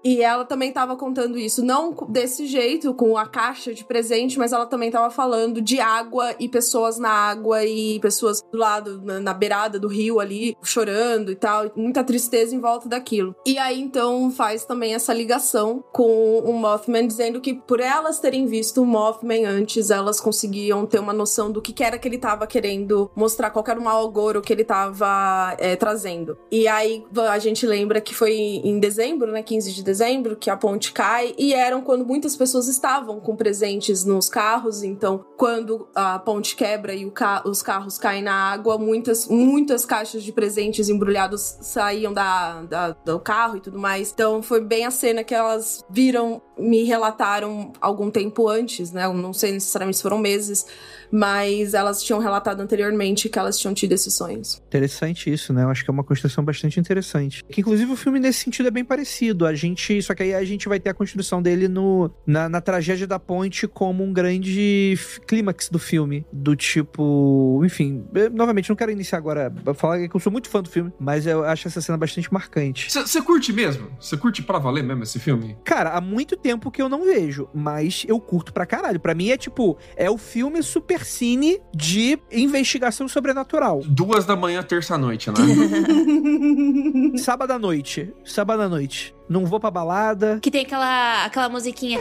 E ela também tava contando isso, não desse jeito, com a caixa de presente, mas ela também tava falando de água e pessoas na água e pessoas do lado, na beirada do rio ali, chorando e tal, muita tristeza em volta daquilo. E aí, então, faz também essa ligação com o Mothman, dizendo que por elas terem visto o Mothman antes, elas conseguiam ter uma noção do que era que ele tava querendo mostrar, qual era o mau agouro que ele tava trazendo. E aí, a gente lembra que foi em dezembro, né, 15 de dezembro, que a ponte cai, e eram quando muitas pessoas estavam com presentes nos carros, então, quando a ponte quebra e os carros caem na água, muitas caixas de presentes embrulhados saíam do carro e tudo mais. Então, foi bem a cena que elas viram, me relataram algum tempo antes, né? Eu não sei necessariamente se foram meses, mas elas tinham relatado anteriormente que elas tinham tido esses sonhos. Interessante isso, né? Eu acho que é uma construção bastante interessante. Que, inclusive, o filme, nesse sentido, é bem parecido. Só que aí a gente vai ter a construção dele na tragédia da ponte como um grande clímax do filme. Do tipo... Enfim, novamente, não quero iniciar agora a falar que eu sou muito fã do filme, mas eu acho essa cena bastante marcante. Você curte mesmo? Você curte pra valer mesmo esse filme? Cara, há muito tempo que eu não vejo, mas eu curto pra caralho. Pra mim é o filme super cine de investigação sobrenatural. 2 da manhã, terça-noite, né? Sábado à noite. Não vou pra balada. Que tem aquela musiquinha.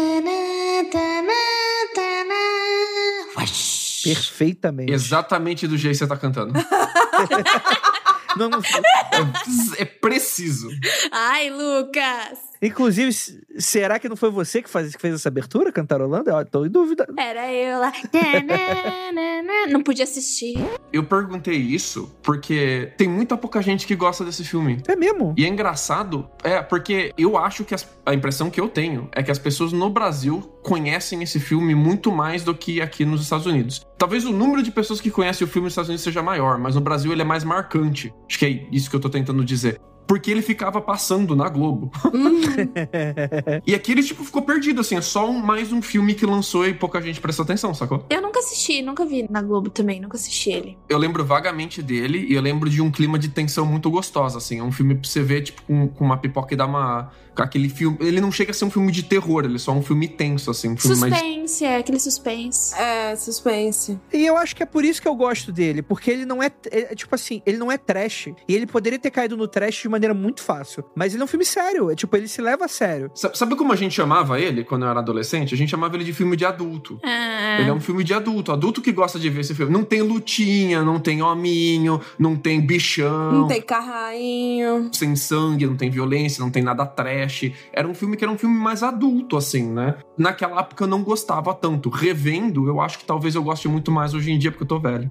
Perfeitamente. Exatamente do jeito que você tá cantando. Não. É preciso. Ai, Lucas! Inclusive, será que não foi você que fez essa abertura, cantarolando? Eu tô em dúvida. Era eu lá. Não podia assistir. Eu perguntei isso porque tem muita pouca gente que gosta desse filme. É mesmo? E é engraçado, porque eu acho que a impressão que eu tenho é que as pessoas no Brasil conhecem esse filme muito mais do que aqui nos Estados Unidos. Talvez o número de pessoas que conhecem o filme nos Estados Unidos seja maior, mas no Brasil ele é mais marcante. Acho que é isso que eu tô tentando dizer. Porque ele ficava passando na Globo. E aqui ele, ficou perdido, assim. É só mais um filme que lançou e pouca gente prestou atenção, sacou? Eu nunca assisti, nunca vi na Globo também, nunca assisti ele. Eu lembro vagamente dele e eu lembro de um clima de tensão muito gostosa, assim. É um filme pra você ver, com uma pipoca e dar uma... Aquele filme... Ele não chega a ser um filme de terror, ele é só um filme tenso, assim. Um filme suspense, aquele suspense. Suspense. E eu acho que é por isso que eu gosto dele, porque ele não ele não é trash. E ele poderia ter caído no trash de maneira muito fácil. Mas ele é um filme sério, ele se leva a sério. Sabe como a gente chamava ele quando eu era adolescente? A gente chamava ele de filme de adulto. Ele é um filme de adulto que gosta de ver esse filme. Não tem lutinha, não tem hominho, não tem bichão. Não tem carrainho. Sem sangue, não tem violência, não tem nada trash. Era um filme que era um filme mais adulto, assim, né? Naquela época eu não gostava tanto. Revendo, eu acho que talvez eu goste muito mais hoje em dia, porque eu tô velho.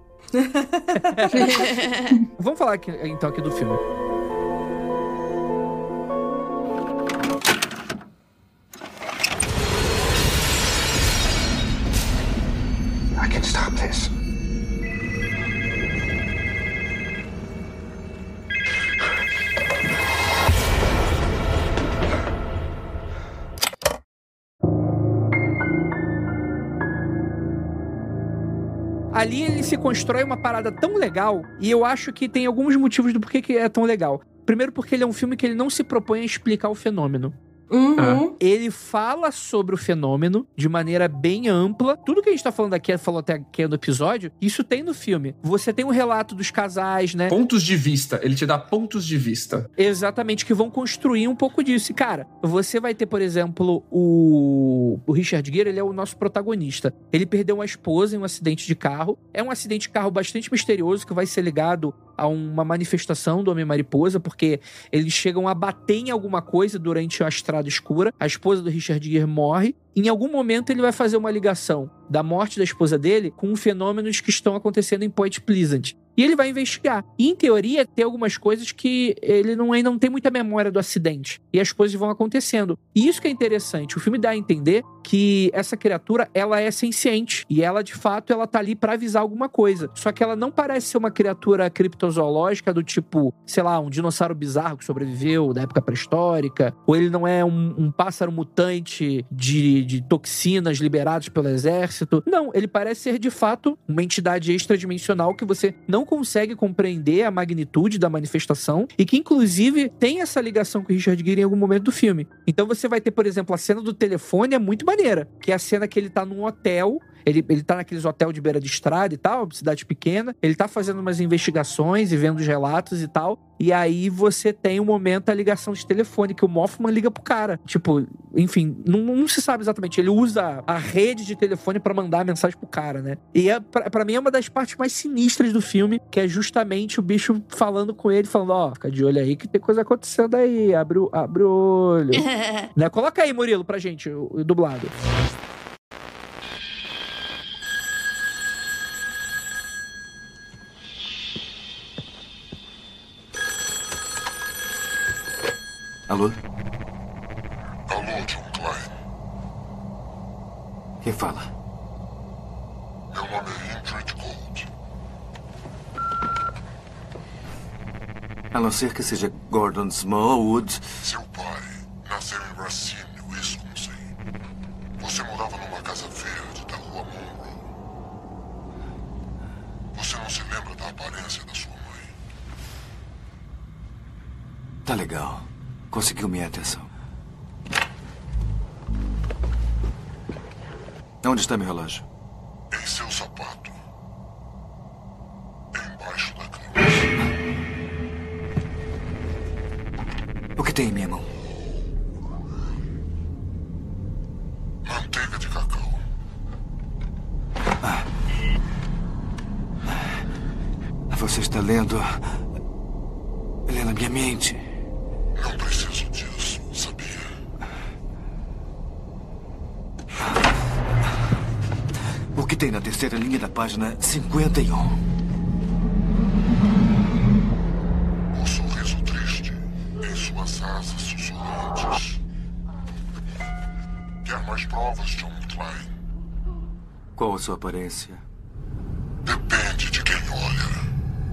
Vamos falar então aqui do filme. I can stop this. Ali ele se constrói uma parada tão legal, e eu acho que tem alguns motivos do porquê que é tão legal. Primeiro, porque ele é um filme que ele não se propõe a explicar o fenômeno. Ele fala sobre o fenômeno de maneira bem ampla. Tudo que a gente tá falando aqui, falou até aqui no episódio, isso tem no filme. Você tem um relato dos casais, né? Pontos de vista. Ele te dá pontos de vista. Exatamente, que vão construir um pouco disso. E, cara, você vai ter, por exemplo, o Richard Gere, ele é o nosso protagonista. Ele perdeu uma esposa em um acidente de carro. É um acidente de carro bastante misterioso que vai ser ligado a uma manifestação do Homem-Mariposa, porque eles chegam a bater em alguma coisa durante a estrada escura. A esposa do Richard Gere morre. Em algum momento ele vai fazer uma ligação da morte da esposa dele com fenômenos que estão acontecendo em Point Pleasant. E ele vai investigar. E, em teoria, tem algumas coisas que ele não tem muita memória do acidente. E as coisas vão acontecendo. E isso que é interessante. O filme dá a entender que essa criatura, ela é senciente. E ela, de fato, ela tá ali pra avisar alguma coisa. Só que ela não parece ser uma criatura criptozoológica do tipo, sei lá, um dinossauro bizarro que sobreviveu da época pré-histórica. Ou ele não é um pássaro mutante de toxinas liberadas pelo exército. Não, ele parece ser, de fato, uma entidade extradimensional que você não consegue compreender a magnitude da manifestação e que, inclusive, tem essa ligação com o Richard Gere em algum momento do filme. Então você vai ter, por exemplo, a cena do telefone é muito maneira, que é a cena que ele tá num hotel, ele tá naqueles hotel de beira de estrada e tal, cidade pequena, ele tá fazendo umas investigações e vendo os relatos e tal, e aí você tem um momento, a ligação de telefone, que o Mothman liga pro cara. Tipo, enfim, não se sabe exatamente, ele usa a rede de telefone pra mandar a mensagem pro cara, né? E pra mim é uma das partes mais sinistras do filme, que é justamente o bicho falando com ele, falando, ó, fica de olho aí que tem coisa acontecendo aí, abre o olho. Né? Coloca aí, Murilo, pra gente, o dublado. Alô? Alô, John Klein. Quem fala? Meu nome é Indrid Gold. A não ser que seja Gordon Smallwood. Seu pai nasceu em Racine, Wisconsin. Você morava numa casa verde da rua Monroe. Você não se lembra da aparência da sua mãe? Tá legal. Conseguiu minha atenção. Onde está meu relógio? Em seu sapato. Embaixo da cama. O que tem em minha mão? Manteiga de cacau. Você está lendo a minha mente. Não preciso disso, sabia? O que tem na terceira linha da página 51? O sorriso triste em suas asas sussurrantes. Quer mais provas, John Klein? Qual a sua aparência? Depende de quem olha.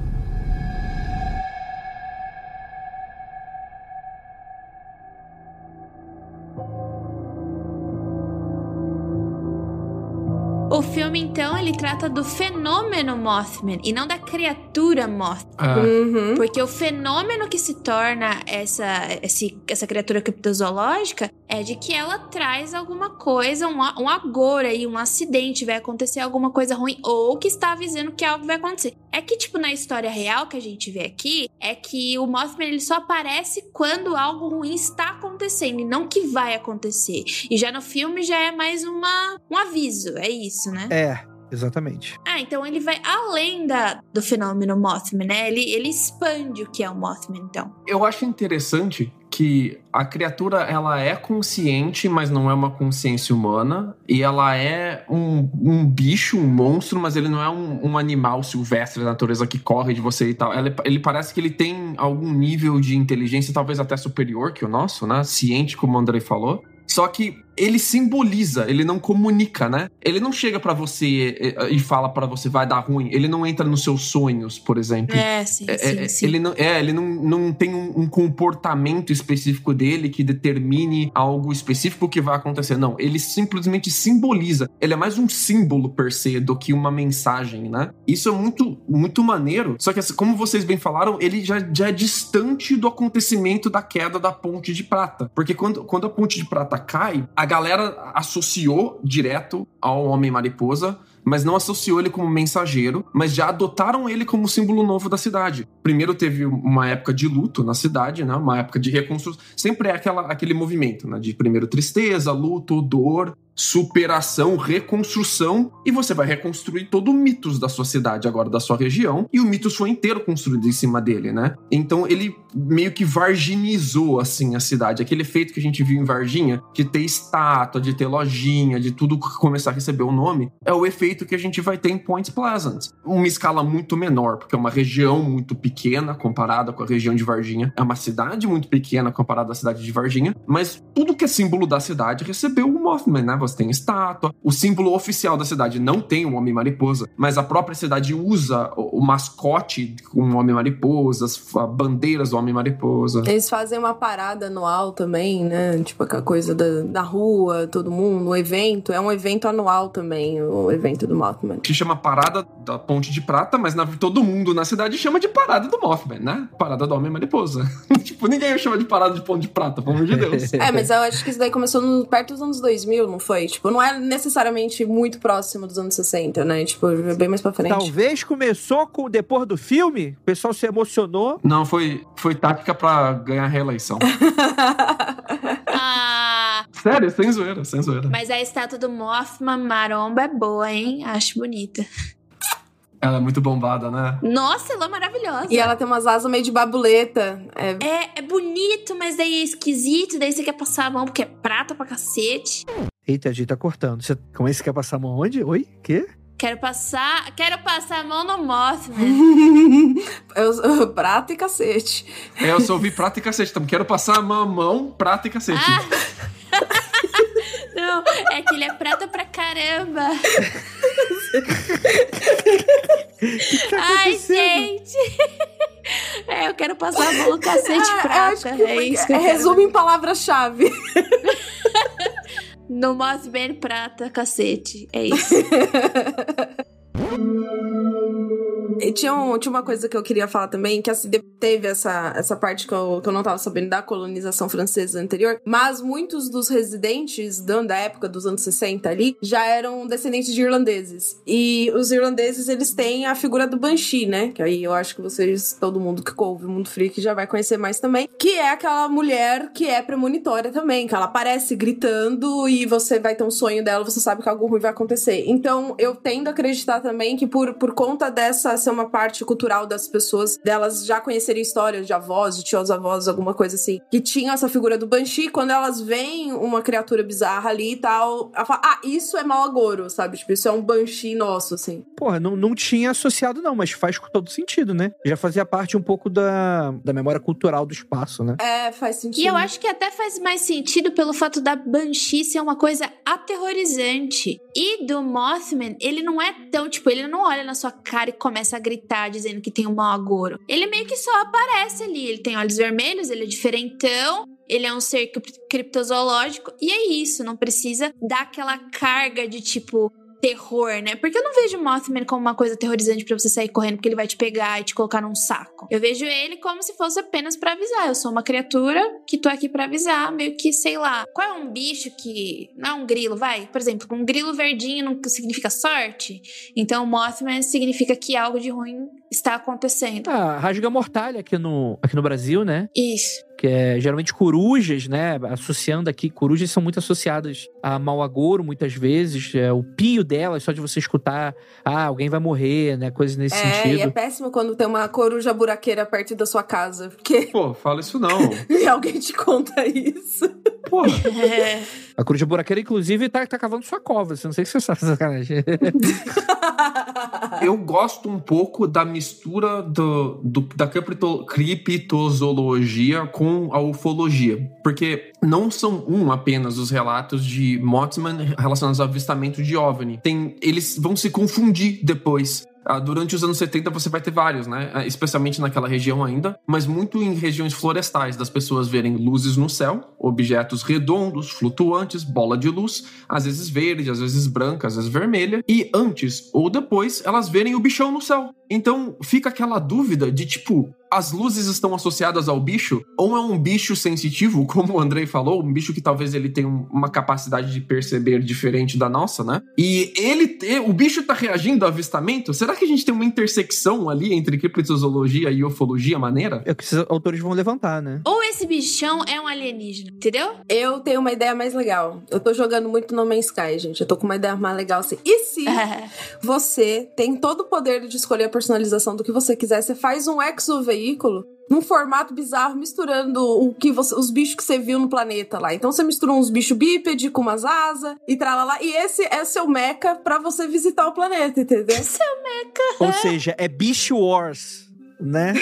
O filme, então, ele trata do fenômeno Mothman e não da criatura Mothman. Porque o fenômeno que se torna essa criatura criptozoológica é de que ela traz alguma coisa, um agora aí, um acidente, vai acontecer alguma coisa ruim, ou que está avisando que algo vai acontecer. É que, tipo, na história real que a gente vê aqui, é que o Mothman, ele só aparece quando algo ruim está acontecendo, e não que vai acontecer. E já no filme já é mais um aviso, é isso, né? É, exatamente. Então ele vai além do fenômeno Mothman, né? Ele expande o que é o Mothman, então. Eu acho interessante que a criatura, ela é consciente, mas não é uma consciência humana. E ela é um bicho, um monstro, mas ele não é um animal silvestre da natureza que corre de você e tal. Ele parece que ele tem algum nível de inteligência, talvez até superior que o nosso, né? Ciente, como o Andrei falou. Só que ele simboliza, ele não comunica, né? Ele não chega pra você e fala pra você, vai dar ruim. Ele não entra nos seus sonhos, por exemplo. Sim. Ele não tem um comportamento específico dele que determine algo específico que vai acontecer. Não, ele simplesmente simboliza. Ele é mais um símbolo per se do que uma mensagem, né? Isso é muito, muito maneiro. Só que, como vocês bem falaram, ele já é distante do acontecimento da queda da Ponte de Prata. Porque quando a Ponte de Prata cai, a galera associou direto ao Homem-Mariposa, mas não associou ele como mensageiro, mas já adotaram ele como símbolo novo da cidade. Primeiro teve uma época de luto na cidade, né? Uma época de reconstrução. Sempre é aquele movimento, né? De primeiro tristeza, luto, dor, superação, reconstrução, e você vai reconstruir todo o mitos da sua cidade agora, da sua região, e o mitos foi inteiro construído em cima dele, né? Então ele meio que varginizou, assim, a cidade. Aquele efeito que a gente viu em Varginha, de ter estátua, de ter lojinha, de tudo começar a receber o nome, é o efeito efeito que a gente vai ter em Point Pleasant. Uma escala muito menor, porque é uma região muito pequena comparada com a região de Varginha. É uma cidade muito pequena comparada à cidade de Varginha, mas tudo que é símbolo da cidade recebeu o Mothman, né? Você tem estátua, o símbolo oficial da cidade não tem o Homem-Mariposa, mas a própria cidade usa o mascote com o Homem-Mariposa, as bandeiras do Homem-Mariposa. Eles fazem uma parada anual também, né? Tipo aquela coisa da rua, todo mundo, o evento. É um evento anual também, o evento do Mothman. Que chama Parada da Ponte de Prata, mas todo mundo na cidade chama de Parada do Mothman, né? Parada do Homem-Mariposa. Tipo, ninguém chama de Parada de Ponte de Prata, pelo amor de Deus. Mas eu acho que isso daí começou perto dos anos 2000, não foi? Tipo, não é necessariamente muito próximo dos anos 60, né? Tipo, bem mais pra frente. Talvez começou depois do filme, o pessoal se emocionou. Não, foi tática pra ganhar a reeleição. Sério, sem zoeira. Mas a estátua do Mothman maromba é boa, hein? Acho bonita. Ela é muito bombada, né? Nossa, ela é maravilhosa. E ela tem umas asas meio de babuleta. É bonito, mas daí é esquisito. Daí você quer passar a mão porque é prata pra cacete. Eita, a gente tá cortando. Como é que você quer passar a mão onde? Oi? Quê? Quero passar a mão no Mothman. Prata e cacete. Eu só ouvi prata e cacete. Então quero passar a mão, prata e cacete. Não, é que ele é prata pra caramba. Ai, gente. Eu quero passar a mão no cacete prata. É isso que eu resumo em palavras-chave. No Mothman prata, cacete. É isso. E tinha uma coisa que eu queria falar também, que assim, teve essa parte que eu não tava sabendo da colonização francesa anterior, mas muitos dos residentes da época dos anos 60 ali, já eram descendentes de irlandeses. E os irlandeses, eles têm a figura do Banshee, né? Que aí eu acho que todo mundo que ouve o Mundo Freak já vai conhecer mais também, que é aquela mulher que é premonitória também, que ela aparece gritando e você vai ter um sonho dela, você sabe que algo ruim vai acontecer. Então, eu tendo a acreditar também que por conta dessa ser uma parte cultural das pessoas, delas já conhecerem histórias de avós, de tios-avós, alguma coisa assim, que tinha essa figura do Banshee, quando elas veem uma criatura bizarra ali e tal, ela fala, isso é mau agouro, sabe? Tipo, isso é um Banshee nosso, assim. Porra, não tinha associado não, mas faz todo sentido, né? Já fazia parte um pouco da memória cultural do espaço, né? Faz sentido. E eu acho que até faz mais sentido pelo fato da Banshee ser uma coisa aterrorizante. E do Mothman, ele não é tão, tipo, ele não olha na sua cara e começa a gritar dizendo que tem um mau agouro. Ele meio que só aparece ali. Ele tem olhos vermelhos, ele é diferentão, ele é um ser criptozoológico. E é isso, não precisa dar aquela carga de, tipo, terror, né? Porque eu não vejo o Mothman como uma coisa aterrorizante pra você sair correndo porque ele vai te pegar e te colocar num saco. Eu vejo ele como se fosse apenas pra avisar. Eu sou uma criatura que tô aqui pra avisar, meio que, sei lá. Qual é um bicho que... Não é um grilo, vai? Por exemplo, um grilo verdinho não significa sorte. Então o Mothman significa que algo de ruim está acontecendo. Rasga mortalha aqui no Brasil, né? Isso. Que é geralmente corujas, né? Associando aqui, corujas são muito associadas a mau agouro, muitas vezes. O pio delas, só de você escutar, alguém vai morrer, né? Coisas nesse sentido. E é péssimo quando tem uma coruja buraqueira perto da sua casa, porque... Pô, fala isso não. E alguém te conta isso. Porra. A coruja buraqueira, inclusive, tá cavando sua cova. Não sei se você sabe, sacanagem. Eu gosto um pouco da mistura da criptozoologia com a ufologia. Porque não são apenas os relatos de Mothman relacionados ao avistamento de OVNI. Eles vão se confundir depois. Durante os anos 70 você vai ter vários, né? Especialmente naquela região ainda, mas muito em regiões florestais, das pessoas verem luzes no céu, objetos redondos, flutuantes, bola de luz, às vezes verde, às vezes branca, às vezes vermelha, e antes ou depois elas verem o bichão no céu. Então fica aquela dúvida de tipo, as luzes estão associadas ao bicho, ou é um bicho sensitivo, como o Andrei falou, um bicho que talvez ele tenha uma capacidade de perceber diferente da nossa, né? E o bicho tá reagindo ao avistamento? Será que a gente tem uma intersecção ali entre criptozoologia e ufologia maneira? É o que esses autores vão levantar, né? Ou esse bichão é um alienígena, entendeu? Eu tenho uma ideia mais legal. Eu tô jogando muito No Man's Sky, gente. Eu tô com uma ideia mais legal assim. E se você tem todo o poder de escolher a personalização do que você quiser, você faz um exoveículo num formato bizarro, misturando os bichos que você viu no planeta lá. Então você mistura uns bichos bípede com umas asas e tralala. E esse é seu meca pra você visitar o planeta, entendeu? Seu meca. Ou seja, é Beast Wars, né?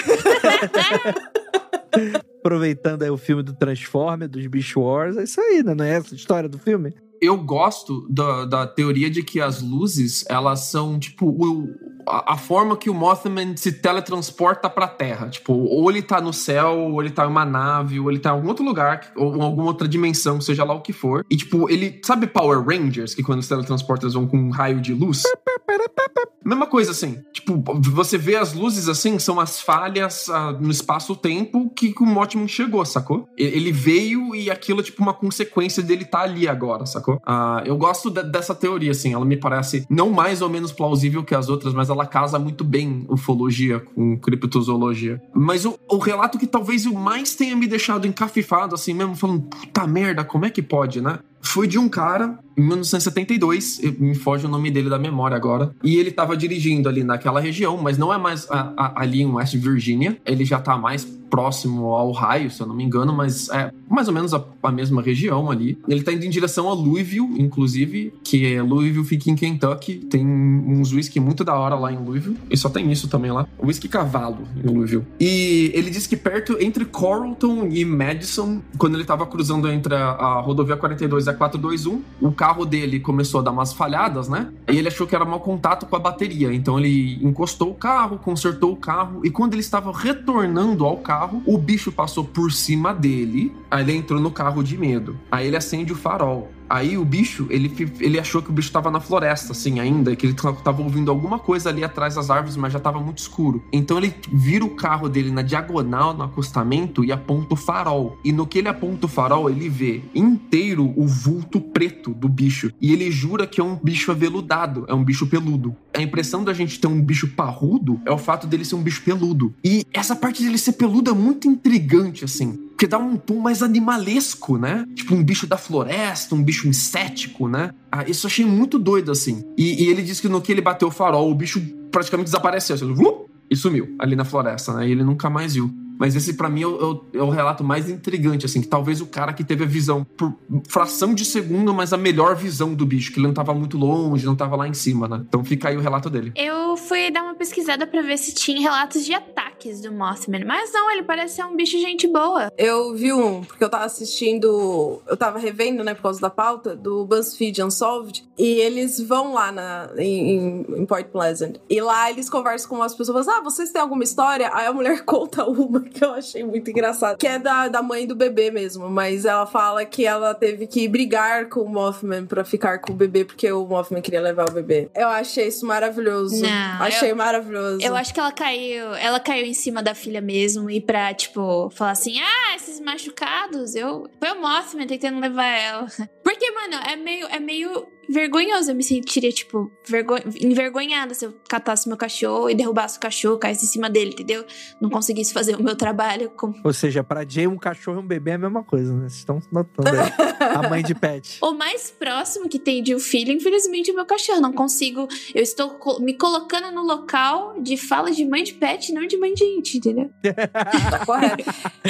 Aproveitando aí o filme do Transformer, dos Beast Wars, é isso aí, né? Não é essa a história do filme? Eu gosto da teoria de que as luzes, elas são, tipo, a forma que o Mothman se teletransporta pra Terra. Tipo, ou ele tá no céu, ou ele tá em uma nave, ou ele tá em algum outro lugar, ou em alguma outra dimensão, seja lá o que for. E, tipo, ele... Sabe Power Rangers? Que quando os teletransportas vão com um raio de luz? Mesma coisa, assim. Tipo, você vê as luzes, assim, são as falhas no espaço-tempo que o Mothman chegou, sacou? Ele veio e aquilo é, tipo, uma consequência dele tá ali agora, sacou? Eu gosto dessa teoria, assim. Ela me parece não mais ou menos plausível que as outras, mas ela casa muito bem ufologia com criptozoologia. Mas o relato que talvez o mais tenha me deixado encafifado, assim mesmo, falando, puta merda, como é que pode, né? Foi de um cara, em 1972, me foge o nome dele da memória agora, e ele tava dirigindo ali naquela região, mas não é mais ali em West Virginia, ele já tá mais próximo ao Ohio, se eu não me engano, mas é mais ou menos a mesma região ali. Ele tá indo em direção a Louisville, inclusive, que Louisville fica em Kentucky, tem uns whisky muito da hora lá em Louisville, e só tem isso também lá, whisky cavalo em Louisville. E ele disse que perto, entre Carrollton e Madison, quando ele tava cruzando entre a rodovia 42 e a 421, o carro dele começou a dar umas falhadas, né? E ele achou que era mau contato com a bateria, então ele encostou o carro, consertou o carro, e quando ele estava retornando ao carro, o bicho passou por cima dele, aí ele entrou no carro de medo. Aí ele acende o farol. Aí o bicho, ele achou que o bicho tava na floresta, assim, ainda, que ele tava ouvindo alguma coisa ali atrás das árvores, mas já tava muito escuro. Então ele vira o carro dele na diagonal, no acostamento, e aponta o farol. E no que ele aponta o farol, ele vê inteiro o vulto preto do bicho. E ele jura que é um bicho aveludado, é um bicho peludo. A impressão da gente ter um bicho parrudo é o fato dele ser um bicho peludo. E essa parte dele ser peludo é muito intrigante, assim. Porque dá um tom mais animalesco, né? Tipo um bicho da floresta, um bicho insético, né? Isso eu achei muito doido, assim. E ele disse que no que ele bateu o farol, o bicho praticamente desapareceu, assim, e sumiu ali na floresta, né? E ele nunca mais viu. Mas esse, pra mim, é o relato mais intrigante, assim, que talvez o cara que teve a visão por fração de segundo, mas a melhor visão do bicho, que ele não tava muito longe, não tava lá em cima, né? Então fica aí o relato dele. Eu fui dar uma pesquisada pra ver se tinha relatos de ataques do Mothman, mas não, ele parece ser um bicho gente boa. Eu vi porque eu tava assistindo, eu tava revendo, né, por causa da pauta, do BuzzFeed Unsolved, e eles vão lá em Point Pleasant, e lá eles conversam com as pessoas, vocês têm alguma história? Aí a mulher conta uma que eu achei muito engraçado, que é da mãe do bebê mesmo, mas ela fala que ela teve que brigar com o Mothman pra ficar com o bebê, porque o Mothman queria levar o bebê. Eu achei isso maravilhoso. Achei maravilhoso. Eu acho que ela caiu em cima da filha mesmo, e pra, tipo, falar assim, esses machucados, foi o Mothman tentando levar ela. Porque, mano, é meio vergonhoso. Eu me sentiria, tipo, envergonhada se eu catasse meu cachorro e derrubasse o cachorro, caísse em cima dele, entendeu? Não conseguisse fazer o meu trabalho. Ou seja, pra Jay, um cachorro e um bebê é a mesma coisa, né? Vocês estão notando aí. A mãe de pet. O mais próximo que tem de um filho, infelizmente, é o meu cachorro. Não consigo... Eu estou me colocando no local de fala de mãe de pet, não de mãe de gente, entendeu? Tá correto.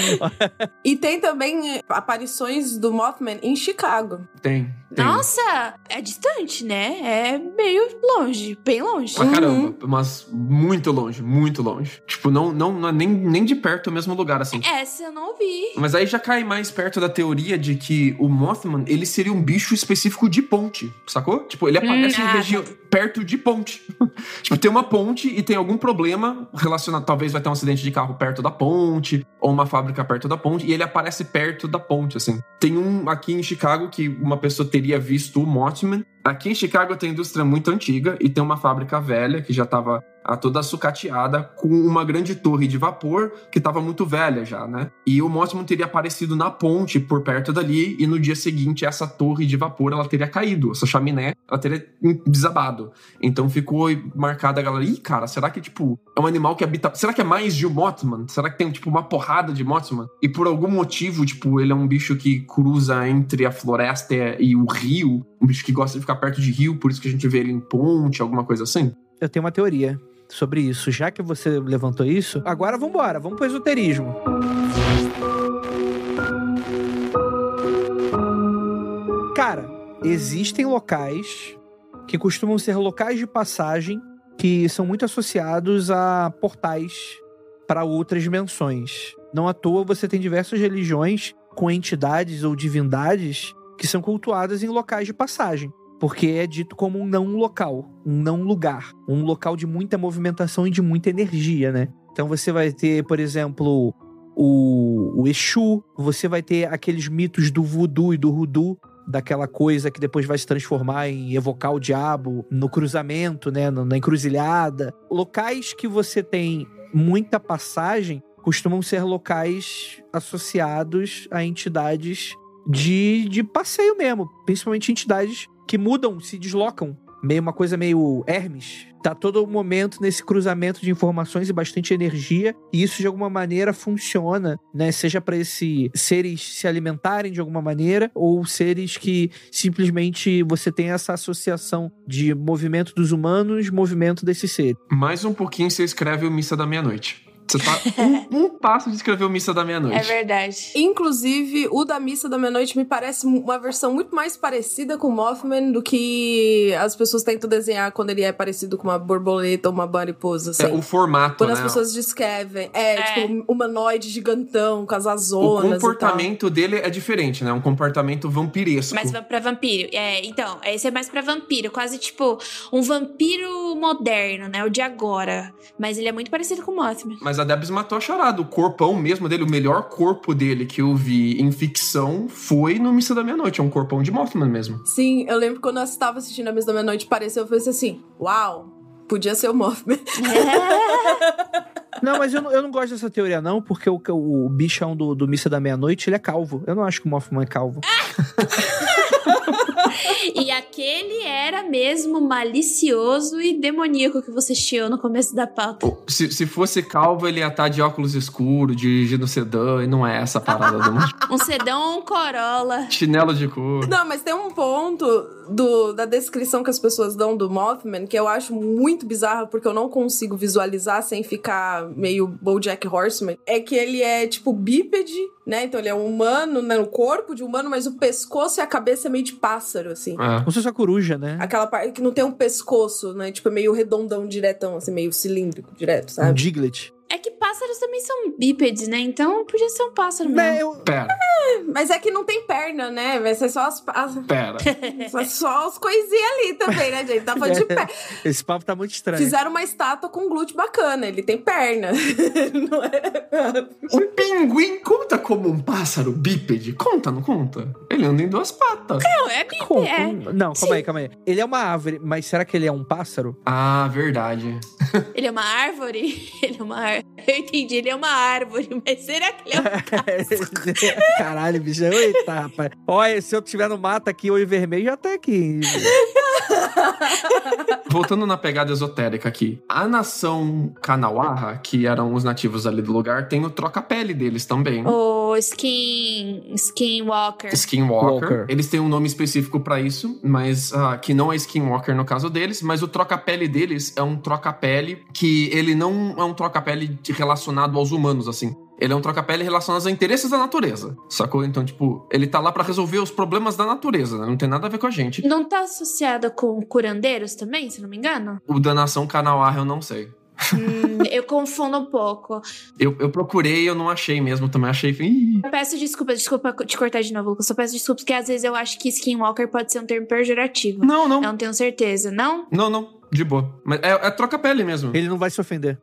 E tem também aparições do Mothman em Chicago. Tem. Nossa! É distante, né? É meio longe, bem longe. Pra caramba, mas muito longe, muito longe. Tipo, não é nem de perto o mesmo lugar, assim. Essa eu não vi. Mas aí já cai mais perto da teoria de que o Mothman, ele seria um bicho específico de ponte, sacou? Tipo, ele aparece em região perto de ponte. Tipo, tem uma ponte e tem algum problema relacionado, talvez vai ter um acidente de carro perto da ponte, ou uma fábrica perto da ponte, e ele aparece perto da ponte, assim. Tem um aqui em Chicago que uma pessoa teria visto o Mothman. Aqui em Chicago tem indústria muito antiga e tem uma fábrica velha que já estava toda sucateada, com uma grande torre de vapor que estava muito velha já, né? E o Mothman teria aparecido na ponte por perto dali, e no dia seguinte essa torre de vapor ela teria caído, essa chaminé ela teria desabado. Então ficou marcada a galera, cara, será que tipo é um animal que habita... Será que é mais de um Mothman? Será que tem tipo uma porrada de Mothman? E por algum motivo, tipo, ele é um bicho que cruza entre a floresta e o rio, um bicho que gosta de ficar perto de rio, por isso que a gente vê ele em ponte, alguma coisa assim? Eu tenho uma teoria. sobre isso. Já que você levantou isso, agora vambora, vamos pro esoterismo. Cara, existem locais que costumam ser locais de passagem que são muito associados a portais para outras dimensões. Não à toa você tem diversas religiões com entidades ou divindades que são cultuadas em locais de passagem, porque é dito como um não local, um não lugar, um local de muita movimentação e de muita energia, né? Então você vai ter, por exemplo, o Exu, você vai ter aqueles mitos do voodoo e do hoodoo, daquela coisa que depois vai se transformar em evocar o diabo no cruzamento, né, na encruzilhada. Locais que você tem muita passagem costumam ser locais associados a entidades de passeio mesmo, principalmente entidades que mudam, se deslocam. Uma coisa meio Hermes. Tá todo momento nesse cruzamento de informações e bastante energia, e isso de alguma maneira funciona, né? Seja para esses seres se alimentarem de alguma maneira, ou seres que simplesmente você tem essa associação de movimento dos humanos, movimento desses seres. Mais um pouquinho você escreve o Missa da Meia-Noite. Você tá um passo de escrever o Missa da Meia-Noite. É verdade. Inclusive, o da Missa da Meia-Noite me parece uma versão muito mais parecida com o Mothman do que as pessoas tentam desenhar quando ele é parecido com uma borboleta ou uma mariposa, assim. É, o formato, quando né? as pessoas descrevem. Tipo, humanoide gigantão, com as azonas. O comportamento dele é diferente, né? Um comportamento vampiresco. Mas pra vampiro. Então, esse é mais pra vampiro. Quase tipo um vampiro moderno, né? O de agora. Mas ele é muito parecido com o Mothman. Mas a Debs matou a charada. O corpão mesmo dele, o melhor corpo dele que eu vi em ficção foi no Missa da Meia-Noite. É um corpão de Mothman mesmo. Sim, eu lembro quando eu estava assistindo a Missa da Meia-Noite, pareceu, eu pensei assim, uau, podia ser o Mothman. Não, mas eu não gosto dessa teoria não, porque o bichão do Missa da Meia-Noite, ele é calvo. Eu não acho que o Mothman é calvo. E aquele era mesmo malicioso e demoníaco que você chiou no começo da pauta. Se fosse calvo, ele ia estar de óculos escuros, dirigindo sedã, e não é essa a parada do Um sedã ou um Corolla. Chinelo de couro. Não, mas tem um ponto da descrição que as pessoas dão do Mothman que eu acho muito bizarro, porque eu não consigo visualizar sem ficar meio BoJack Horseman. É que ele é tipo bípede, né? Então ele é um humano, né? O corpo de humano, mas o pescoço e a cabeça é meio de pássaro, assim. Como se fosse a coruja, né? Aquela parte que não tem um pescoço, né? Tipo, é meio redondão, diretão, assim, meio cilíndrico, direto, sabe? Um Diglett. É que pássaros também são bípedes, né? Então podia ser um pássaro mesmo. Pera. Mas é que não tem perna, né? Vai ser só as Pera. Só as coisinhas ali também, né, gente? Tá falando de pé. Esse papo tá muito estranho. Fizeram uma estátua com glúteo bacana. Ele tem perna. Não é? O pinguim conta como um pássaro bípede? Conta, não conta? Ele anda em duas patas. Não, é bípede. Não, calma aí. Ele é uma árvore, mas será que ele é um pássaro? Ah, verdade. Ele é uma árvore? Ele é uma árvore. Eu entendi, ele é uma árvore, mas será que ele é um pássaro? Caralho, bicho. Eita, rapaz. Olha, se eu tiver no mato aqui, olho vermelho, já tá aqui. Voltando na pegada esotérica aqui. A nação Kanawaha, que eram os nativos ali do lugar, tem o troca-pele deles também. O Skinwalker. Skinwalker. Eles têm um nome específico pra isso, mas que não é Skinwalker no caso deles, mas o troca-pele deles é um troca-pele que ele não é um troca-pele relacionado aos humanos, assim. Ele é um troca-pele relacionado a interesses da natureza, sacou? Então, tipo, ele tá lá pra resolver os problemas da natureza, né? Não tem nada a ver com a gente. Não tá associado com curandeiros também, se não me engano? O da nação Kanawaha eu não sei. Eu confundo um pouco. Eu procurei e eu não achei mesmo, também achei... Eu peço desculpa te cortar de novo, eu só peço desculpas, porque às vezes eu acho que Skinwalker pode ser um termo pejorativo. Não. Eu não tenho certeza, não? Não, de boa. Mas é troca-pele mesmo. Ele não vai se ofender.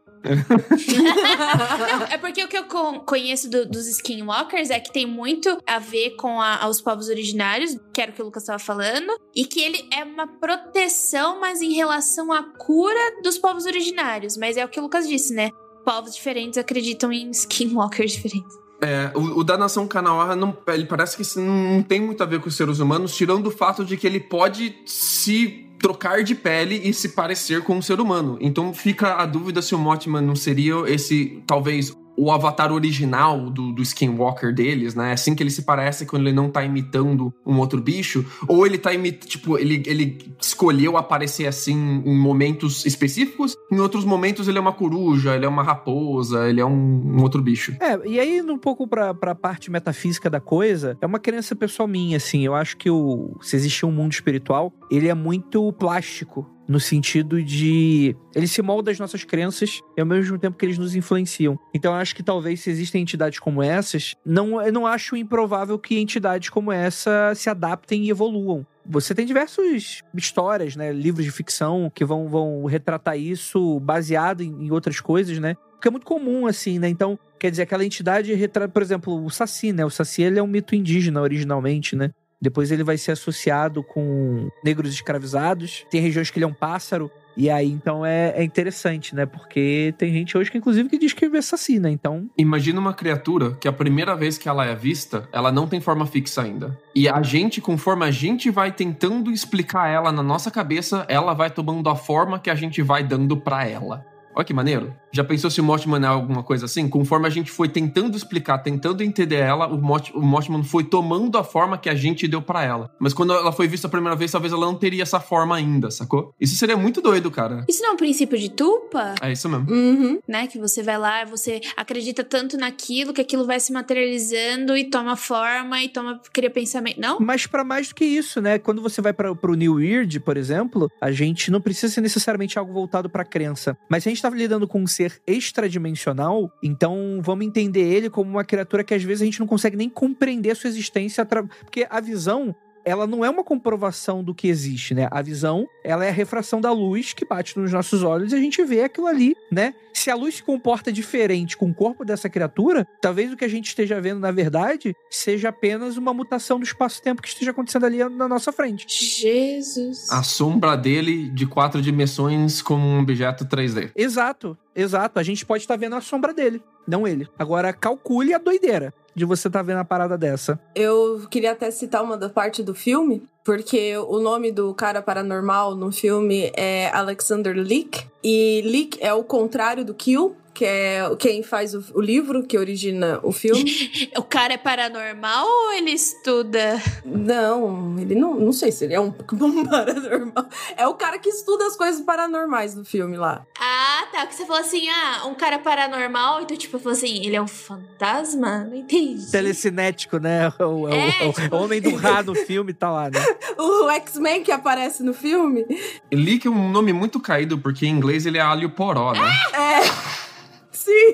Não, é porque o que eu conheço dos Skinwalkers é que tem muito a ver com os povos originários, que era o que o Lucas estava falando, e que ele é uma proteção, mas em relação à cura dos povos originários. Mas é o que o Lucas disse, né? Povos diferentes acreditam em Skinwalkers diferentes. O da nação Kanawaha, ele parece que não tem muito a ver com os seres humanos, tirando o fato de que ele pode se trocar de pele e se parecer com um ser humano. Então fica a dúvida se o Mothman não seria esse, talvez, o avatar original do Skinwalker deles, né? Assim que ele se parece quando ele não tá imitando um outro bicho, ou ele tá imitando, tipo, ele escolheu aparecer assim em momentos específicos, em outros momentos ele é uma coruja, ele é uma raposa, ele é um outro bicho. E aí, um pouco pra parte metafísica da coisa, é uma crença pessoal minha, assim, eu acho que se existir um mundo espiritual, ele é muito plástico, no sentido de... ele se molda às nossas crenças e ao mesmo tempo que eles nos influenciam. Então eu acho que talvez se existem entidades como essas, eu não acho improvável que entidades como essa se adaptem e evoluam. Você tem diversas histórias, né, livros de ficção que vão retratar isso baseado em outras coisas, né? Porque é muito comum, assim, né? Então, quer dizer, aquela entidade retrata, por exemplo, o Saci, né? O Saci, ele é um mito indígena originalmente, né? Depois ele vai ser associado com negros escravizados. Tem regiões que ele é um pássaro. E aí, então, é interessante, né? Porque tem gente hoje que, inclusive, que diz que é Saci, né? Então... imagina uma criatura que a primeira vez que ela é vista, ela não tem forma fixa ainda. E a gente, conforme a gente vai tentando explicar ela na nossa cabeça, ela vai tomando a forma que a gente vai dando pra ela. Olha que maneiro. Já pensou se o Mothman é alguma coisa assim? Conforme a gente foi tentando explicar, tentando entender ela, o Mothman foi tomando a forma que a gente deu pra ela. Mas quando ela foi vista a primeira vez, talvez ela não teria essa forma ainda, sacou? Isso seria muito doido, cara. Isso não é um princípio de Tupa? É isso mesmo. Uhum. Né? Que você vai lá, você acredita tanto naquilo, que aquilo vai se materializando e toma forma e cria pensamento. Não? Mas pra mais do que isso, né? Quando você vai pro New Weird, por exemplo, a gente não precisa ser necessariamente algo voltado pra crença. Mas se a gente tá lidando com um ser extradimensional, então vamos entender ele como uma criatura que às vezes a gente não consegue nem compreender a sua existência, porque a visão, ela não é uma comprovação do que existe, né? A visão, ela é a refração da luz que bate nos nossos olhos e a gente vê aquilo ali, né? Se a luz se comporta diferente com o corpo dessa criatura, talvez o que a gente esteja vendo, na verdade, seja apenas uma mutação do espaço-tempo que esteja acontecendo ali na nossa frente. Jesus! A sombra dele de 4 dimensões como um objeto 3D. Exato. A gente pode estar vendo a sombra dele, não ele. Agora, calcule a doideira de você estar vendo a parada dessa. Eu queria até citar uma da parte do filme, porque o nome do cara paranormal no filme é Alexander Leak, e Leak é o contrário do Kill, que é quem faz o livro que origina o filme. O cara é paranormal ou ele estuda? Não, ele não sei se ele é um paranormal. É o cara que estuda as coisas paranormais do filme lá. Ah, tá. Que você falou assim, um cara paranormal. Então, tipo, eu falei assim, ele é um fantasma? Não entendi. Telecinético, né? O homem do Ra no filme tá lá, né? O X-Men que aparece no filme. Leak é um nome muito caído, porque em inglês ele é alho poró, né? Sim.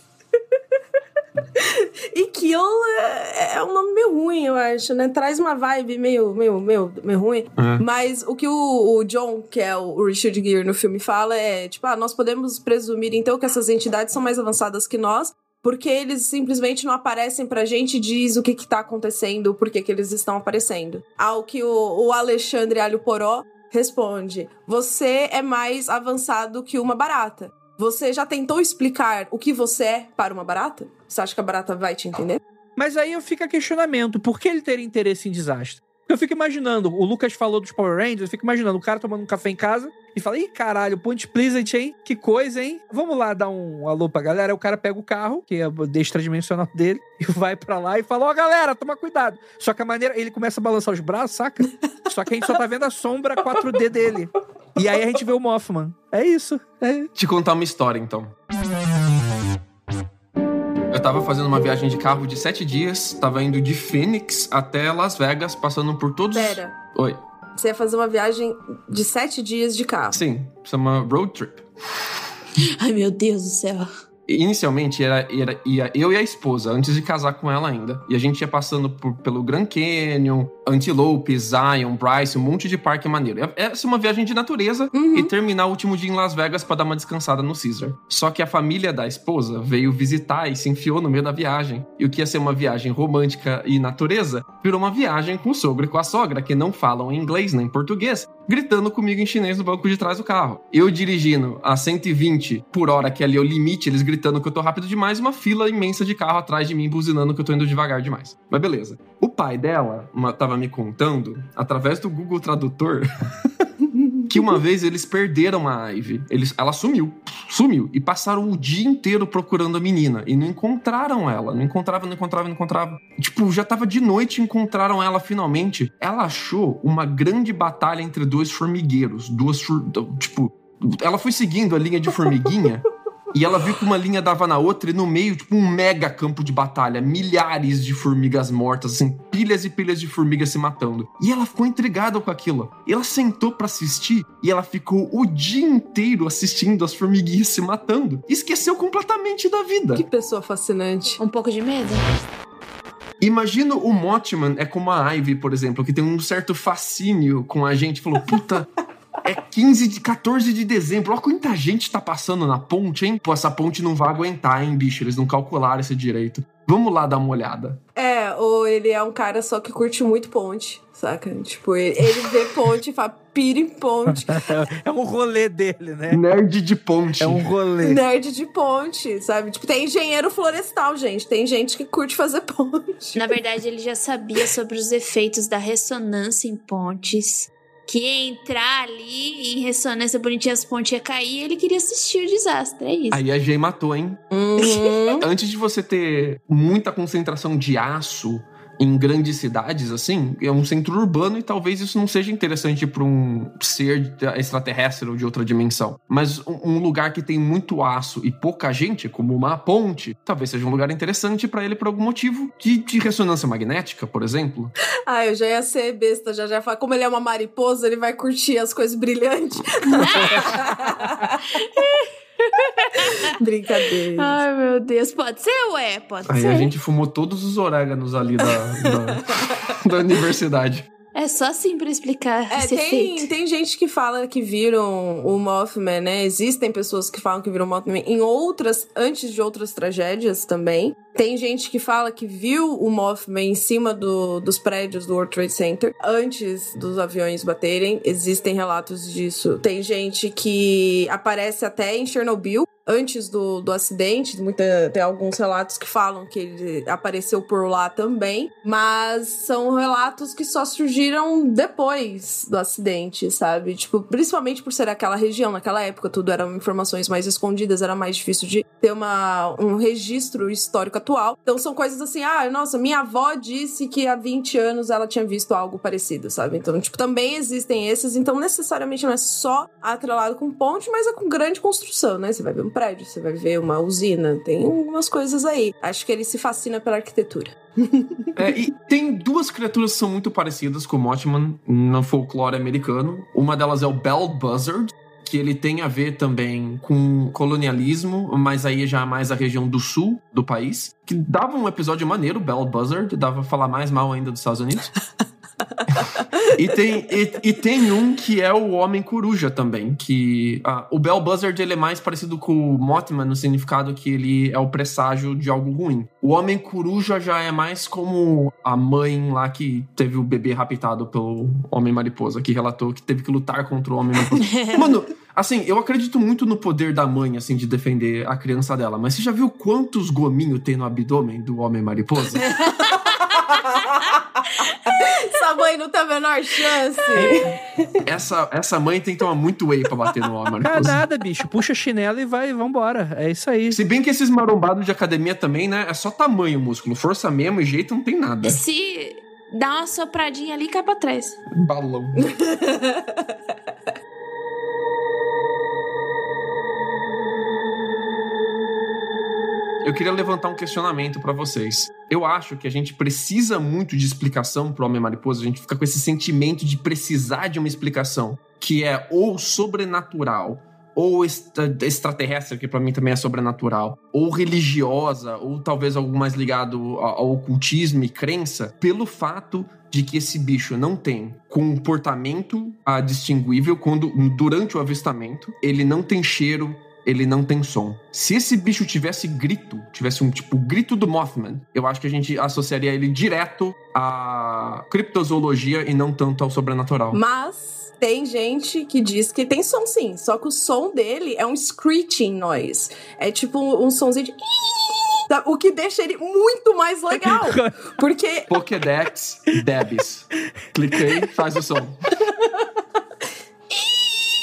E Kill é um nome meio ruim, eu acho, né? Traz uma vibe meio ruim. Mas o que o John, que é o Richard Gere no filme, fala é, tipo, nós podemos presumir, então, que essas entidades são mais avançadas que nós, porque eles simplesmente não aparecem pra gente e diz o que tá acontecendo, por que eles estão aparecendo. Ao que o Alexandre Alho Poró responde, você é mais avançado que uma barata. Você já tentou explicar o que você é para uma barata? Você acha que a barata vai te entender? Mas aí fica questionamento. Por que ele teria interesse em desastre? Eu fico imaginando, o Lucas falou dos Power Rangers, eu fico imaginando o cara tomando um café em casa e fala, ih, caralho, Point Pleasant, hein? Que coisa, hein? Vamos lá dar um alô pra galera. Aí o cara pega o carro, que é o extradimensional dele, e vai pra lá e fala, ó, galera, toma cuidado. Só que a maneira, ele começa a balançar os braços, saca? Só que a gente só tá vendo a sombra 4D dele. E aí a gente vê o Mothman. É isso. Te contar uma história, então. Eu tava fazendo uma viagem de carro de 7 dias, tava indo de Phoenix até Las Vegas, passando por todos... Pera. Oi. Você ia fazer uma viagem de 7 dias de carro. Sim, chama road trip. Ai, meu Deus do céu. Inicialmente ia eu e a esposa, antes de casar com ela ainda. E a gente ia passando pelo Grand Canyon, Antelope, Zion, Bryce, um monte de parque maneiro. Essa é uma viagem de natureza e terminar o último dia em Las Vegas pra dar uma descansada no Caesar. Só que a família da esposa veio visitar e se enfiou no meio da viagem. E o que ia ser uma viagem romântica e natureza, virou uma viagem com o sogro e com a sogra, que não falam inglês nem português, gritando comigo em chinês no banco de trás do carro. Eu dirigindo a 120 por hora, que ali é o limite, eles gritando que eu tô rápido demais, uma fila imensa de carro atrás de mim, buzinando que eu tô indo devagar demais. Mas beleza. O pai dela tava me contando, através do Google Tradutor, que uma vez eles perderam a Ivy. Ela sumiu. E passaram o dia inteiro procurando a menina. E não encontraram ela. Não encontravam. Tipo, já tava de noite e encontraram ela finalmente. Ela achou uma grande batalha entre dois formigueiros. Tipo, ela foi seguindo a linha de formiguinha. E ela viu que uma linha dava na outra e no meio, tipo, um mega campo de batalha. Milhares de formigas mortas, assim, pilhas e pilhas de formigas se matando. E ela ficou intrigada com aquilo. E ela sentou pra assistir e ela ficou o dia inteiro assistindo as formiguinhas se matando. E esqueceu completamente da vida. Que pessoa fascinante. Um pouco de medo? Imagina o Mothman é como a Ivy, por exemplo, que tem um certo fascínio com a gente. Falou, puta... É 14 de dezembro. Olha quanta gente tá passando na ponte, hein? Pô, essa ponte não vai aguentar, hein, bicho? Eles não calcularam isso direito. Vamos lá dar uma olhada. Ou ele é um cara só que curte muito ponte, saca? Tipo, ele vê ponte e fala, pira em ponte. É um rolê dele, né? Nerd de ponte. É um rolê. Nerd de ponte, sabe? Tipo, tem engenheiro florestal, gente. Tem gente que curte fazer ponte. Na verdade, ele já sabia sobre os efeitos da ressonância em pontes. Que ia entrar ali em ressonância bonitinha, as pontes iam cair e ele queria assistir o desastre, é isso. Aí a Jay matou, hein? Antes de você ter muita concentração de aço em grandes cidades, assim, é um centro urbano e talvez isso não seja interessante para um ser extraterrestre ou de outra dimensão. Mas um lugar que tem muito aço e pouca gente, como uma ponte, talvez seja um lugar interessante para ele por algum motivo de ressonância magnética, por exemplo. Eu já ia ser besta, já ia falar, como ele é uma mariposa, ele vai curtir as coisas brilhantes. Brincadeira. Ai, meu Deus. Pode ser, ué? Pode Aí ser. a gente fumou todos os oréganos ali da universidade. É só assim pra explicar esse efeito. Tem gente que fala que viram o Mothman, né? Existem pessoas que falam que viram o Mothman antes de outras tragédias também. Tem gente que fala que viu o Mothman em cima dos prédios do World Trade Center antes dos aviões baterem. Existem relatos disso. Tem gente que aparece até em Chernobyl antes do acidente. Tem alguns relatos que falam que ele apareceu por lá também, mas são relatos que só surgiram depois do acidente, sabe? Tipo, principalmente por ser aquela região, naquela época, tudo eram informações mais escondidas, era mais difícil de ter um registro histórico atual. Então são coisas assim, nossa, minha avó disse que há 20 anos ela tinha visto algo parecido, sabe? Então, tipo, também existem esses, então necessariamente não é só atrelado com ponte, mas é com grande construção, né? Você vai ver um prédio, você vai ver uma usina, tem umas coisas aí. Acho que ele se fascina pela arquitetura. E tem duas criaturas que são muito parecidas com o Mothman no folclore americano. Uma delas é o Bell Buzzard, que ele tem a ver também com colonialismo, mas aí já mais a região do sul do país, que dava um episódio maneiro, Bell Buzzard, dava pra falar mais mal ainda dos Estados Unidos. E tem um que é o Homem Coruja também, que o Bell Buzzard ele é mais parecido com o Mothman no significado que ele é o presságio de algo ruim. O Homem Coruja já é mais como a mãe lá que teve o bebê raptado pelo Homem Mariposa, que relatou que teve que lutar contra o Homem Mariposa. Mano, assim, eu acredito muito no poder da mãe, assim, de defender a criança dela, mas você já viu quantos gominhos tem no abdômen do Homem Mariposa? Essa mãe não tem a menor chance. Essa mãe tem que tomar muito whey pra bater no Homem Mariposa. Não é nada, bicho. Puxa chinelo e vambora. É isso aí. Se bem que esses marombados de academia também, né? É só tamanho, músculo. Força mesmo e jeito não tem nada. Se dá uma sopradinha ali, cai pra trás. Balão. Eu queria levantar um questionamento pra vocês. Eu acho que a gente precisa muito de explicação pro Homem-Mariposa. A gente fica com esse sentimento de precisar de uma explicação, que é ou sobrenatural, ou extraterrestre, que pra mim também é sobrenatural, ou religiosa, ou talvez algo mais ligado ao ocultismo e crença, pelo fato de que esse bicho não tem comportamento distinguível durante o avistamento, ele não tem cheiro, ele não tem som. Se esse bicho tivesse um tipo grito do Mothman, eu acho que a gente associaria ele direto à criptozoologia e não tanto ao sobrenatural. Mas tem gente que diz que tem som sim, só que o som dele é um screeching noise. É tipo um somzinho de... O que deixa ele muito mais legal. Porque... Pokédex Debs. Cliquei, faz o som.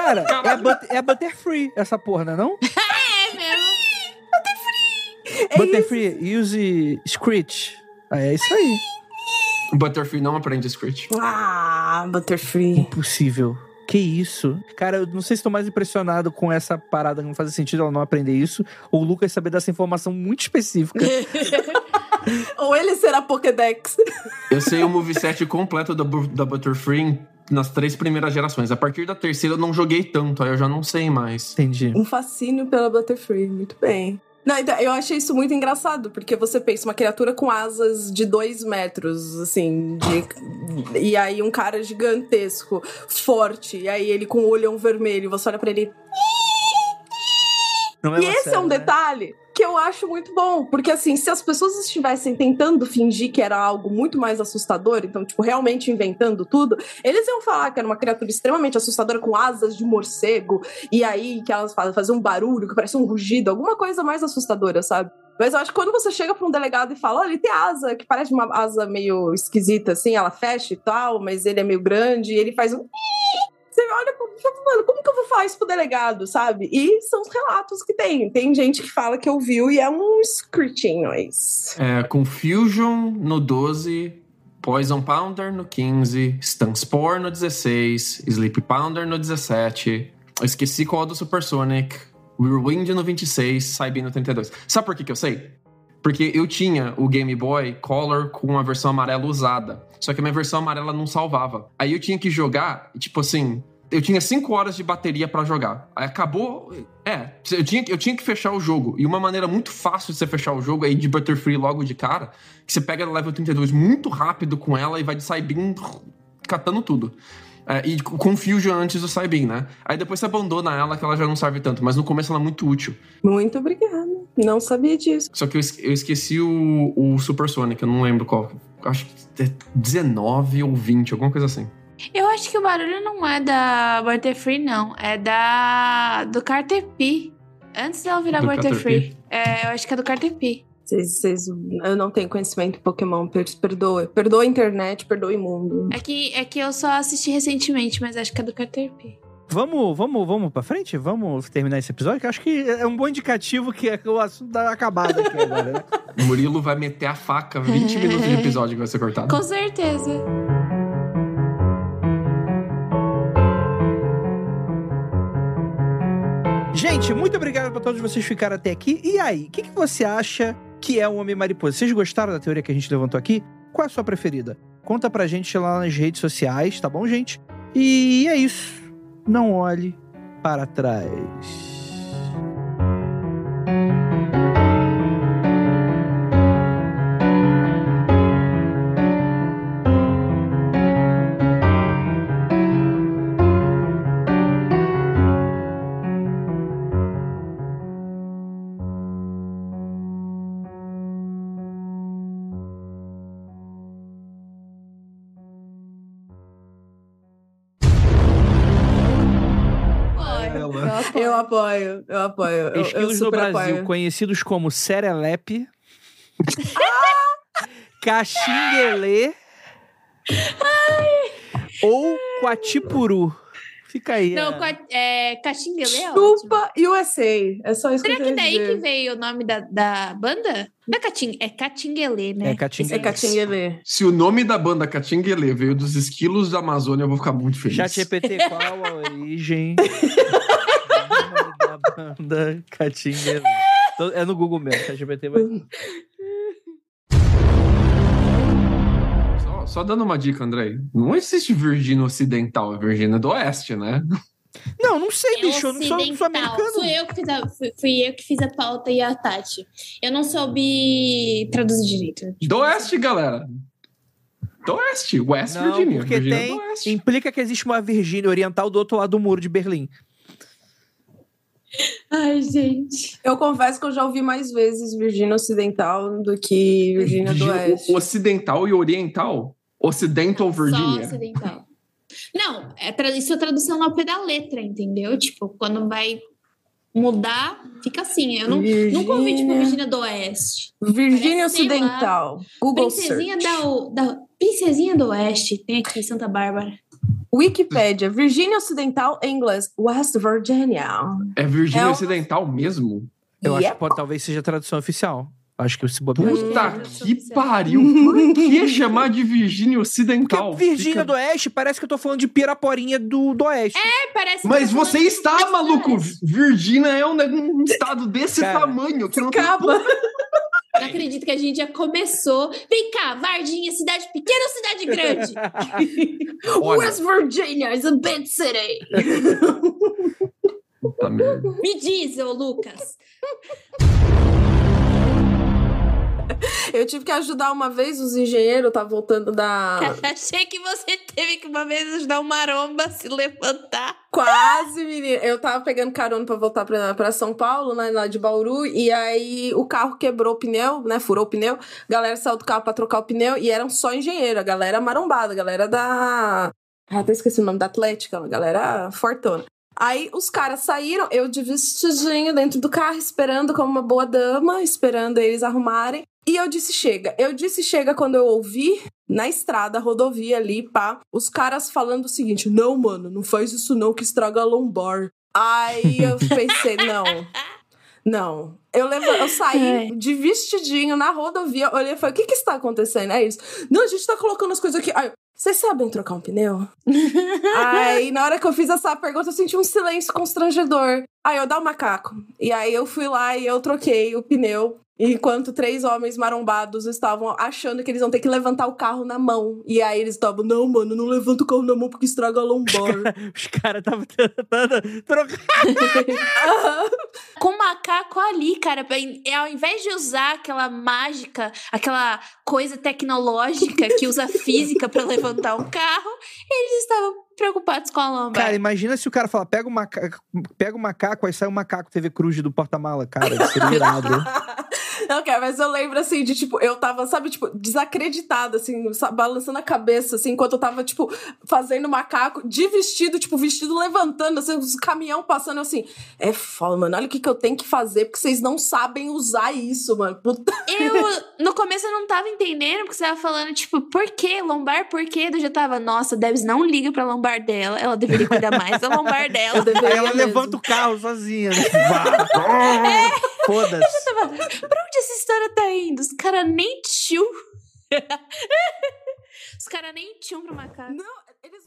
Cara, é a Butterfree essa porra, não é não? É mesmo. Butterfree, use Screech. É isso aí. Butterfree não aprende Screech. Butterfree. Impossível. Que isso? Cara, eu não sei se tô mais impressionado com essa parada que não faz sentido ela não aprender isso, ou o Lucas saber dessa informação muito específica. Ou ele será Pokédex. Eu sei o moveset completo da Butterfree nas 3 primeiras gerações. A partir da 3ª eu não joguei tanto, aí eu já não sei mais. Entendi. Um fascínio pela Butterfree, muito bem. Não, então, eu achei isso muito engraçado, porque você pensa, uma criatura com asas de 2 metros, assim, e aí um cara gigantesco, forte, e aí ele com o olhão vermelho, você olha pra ele... Não é e esse série, é um detalhe que eu acho muito bom, porque assim, se as pessoas estivessem tentando fingir que era algo muito mais assustador, então, tipo, realmente inventando tudo, eles iam falar que era uma criatura extremamente assustadora com asas de morcego, e aí que elas fazem um barulho que parece um rugido, alguma coisa mais assustadora, sabe? Mas eu acho que quando você chega pra um delegado e fala, olha, ele tem asa, que parece uma asa meio esquisita, assim, ela fecha e tal, mas ele é meio grande, e ele faz um... Você olha, mano, como que eu vou falar isso pro delegado, sabe? E são os relatos que tem. Tem gente que fala que ouviu e é um screeching noise. Confusion no 12, Poison Pounder no 15, Stun Spore no 16, Sleep Pounder no 17, eu esqueci qual é do Supersonic, Whirlwind no 26, Psybeam no 32. Sabe por que eu sei? Porque eu tinha o Game Boy Color com a versão amarela usada. Só que a minha versão amarela não salvava. Aí eu tinha que jogar, tipo assim... Eu tinha 5 horas de bateria pra jogar. Aí acabou... Eu tinha que fechar o jogo. E uma maneira muito fácil de você fechar o jogo aí de Butterfree logo de cara, que você pega no level 32 muito rápido com ela e vai de Psybeam catando tudo. E com Fusion antes do Psybeam, né? Aí depois você abandona ela, que ela já não serve tanto. Mas no começo ela é muito útil. Muito obrigada. Não sabia disso. Só que eu esqueci o Supersonic, eu não lembro qual. Acho que é 19 ou 20, alguma coisa assim. Eu acho que o barulho não é da Butterfree, não. É do Caterpie. Antes dela virar Butterfree. Eu acho que é do Caterpie. Eu não tenho conhecimento de Pokémon, perdoa. Perdoa a internet, perdoa o mundo. É que eu só assisti recentemente, mas acho que é do Caterpie. Vamos pra frente? Vamos terminar esse episódio? Que eu acho que é um bom indicativo que o assunto tá acabado aqui agora, né? O Murilo vai meter a faca 20 minutos de episódio que vai ser cortado. Com certeza. Gente, muito obrigado pra todos vocês ficarem até aqui. E aí, o que você acha que é o Homem-Mariposa? Vocês gostaram da teoria que a gente levantou aqui? Qual é a sua preferida? Conta pra gente lá nas redes sociais, tá bom, gente? E é isso. Não olhe para trás. Eu apoio. Esquilos eu no Brasil, apoio. conhecidos como Serelepe, Caxinguelê ou Quatipuru. Fica aí. Não, Caxinguelê é Chupa USA. É só isso. Será que que eu daí dizer. que veio o nome da banda? Não é Caxinguelê, né? É Caxinguelê. É Caxinguelê. Se o nome da banda Caxinguelê veio dos esquilos da Amazônia, eu vou ficar muito feliz. ChatGPT, qual a origem da banda Caxinguelê? É no Google mesmo, ChatGPT vai... Só dando uma dica, André. Não existe Virgínia Ocidental, é Virgínia do Oeste, né? Não sei, bicho. Eu não sou americano. Fui eu que fiz a pauta e a Tati. Eu não soube traduzir direito. Do Oeste, galera. Do Oeste. West Não, Virginia. porque Virgínia do Oeste. implica que existe uma Virgínia Oriental do outro lado do muro de Berlim. Ai, gente. Eu confesso que eu já ouvi mais vezes Virgínia Ocidental do que Virgínia do Oeste. Ocidental e Oriental? Ocidental Virginia. Só ocidental. Não, isso é tradução ao pé da letra, entendeu? Tipo, quando vai mudar, fica assim. Eu nunca ouvi, tipo, Virgínia do Oeste. Virgínia Parece, sei Ocidental. lá, Google Princesinha Search. Princesinha do Oeste. Tem aqui, Santa Bárbara. Wikipédia, Virgínia Ocidental, em inglês, West Virginia. É Virgínia Ocidental mesmo? Eu acho que talvez seja a tradução oficial. Acho que se bobear. Puta que pariu! Por que chamar de Virgínia Ocidental? Porque Virgínia do Oeste parece que eu tô falando de Piraporinha do Oeste. Parece. Mas você está maluco! Virgínia é um estado desse tamanho que não acaba. Não acredito que a gente já começou. Vem cá, Varginha, cidade pequena ou cidade grande? West Virginia is a big city. Me diz, ô Lucas. Eu tive que ajudar uma vez os engenheiros, tá voltando da... Achei que você teve que uma vez ajudar o Maromba a se levantar. Quase, menina. Eu tava pegando carona pra voltar pra São Paulo, né, lá de Bauru, e aí o carro quebrou o pneu, né, furou o pneu, a galera saiu do carro pra trocar o pneu, e eram só engenheiros, a galera marombada, a galera da... até esqueci o nome da Atlética, a galera fortona. Aí os caras saíram, eu de vestidinho dentro do carro, esperando como uma boa dama, esperando eles arrumarem. E eu disse chega. Eu disse chega quando eu ouvi, na estrada, rodovia ali, pá, os caras falando o seguinte: não, mano, não faz isso não que estraga a lombar. Aí eu pensei, não. Eu saí de vestidinho na rodovia, olhei e falei, o que está acontecendo? Aí eles, não, a gente tá colocando as coisas aqui. Aí, vocês sabem trocar um pneu? Aí, na hora que eu fiz essa pergunta, eu senti um silêncio constrangedor. Aí eu dá o macaco. E aí eu fui lá e eu troquei o pneu. Enquanto 3 homens marombados estavam achando que eles vão ter que levantar o carro na mão. E aí eles estavam, não, mano, não levanta o carro na mão porque estraga a lombar. Os caras estavam tentando trocar. Com o macaco ali, cara, ao invés de usar aquela mágica, aquela coisa tecnológica que usa física pra levantar um carro, eles estavam preocupados com a lombar. Cara, imagina se o cara falar, pega o macaco, aí sai o macaco TV Cruz do porta-mala, cara, seria irado. Não, cara, mas eu lembro, assim, de, tipo, eu tava, sabe, tipo, desacreditada, assim, balançando a cabeça, assim, enquanto eu tava, tipo, fazendo macaco, de vestido, tipo, vestido levantando, assim, os caminhão passando, assim, é foda, mano, olha o que eu tenho que fazer, porque vocês não sabem usar isso, mano, puta. No começo eu não tava entendendo, porque você tava falando, tipo, por quê? Lombar, por quê? Eu já tava, nossa, Debs não liga pra lombar dela, ela deveria cuidar mais da lombar dela. Aí ela levanta o carro sozinha, né? Foda-se. Pra onde essa história tá indo? Os caras nem tinham. Os caras nem tinham pro macaco. Não, eles...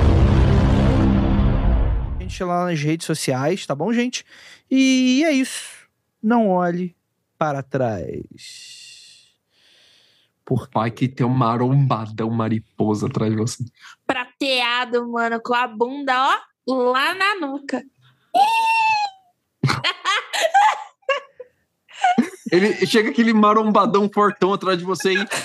A gente lá nas redes sociais, tá bom, gente? E é isso. Não olhe para trás. Pai, que tem um marombadão mariposa atrás de você. Prateado, mano, com a bunda, ó, lá na nuca. Ele chega aquele marombadão fortão atrás de você e...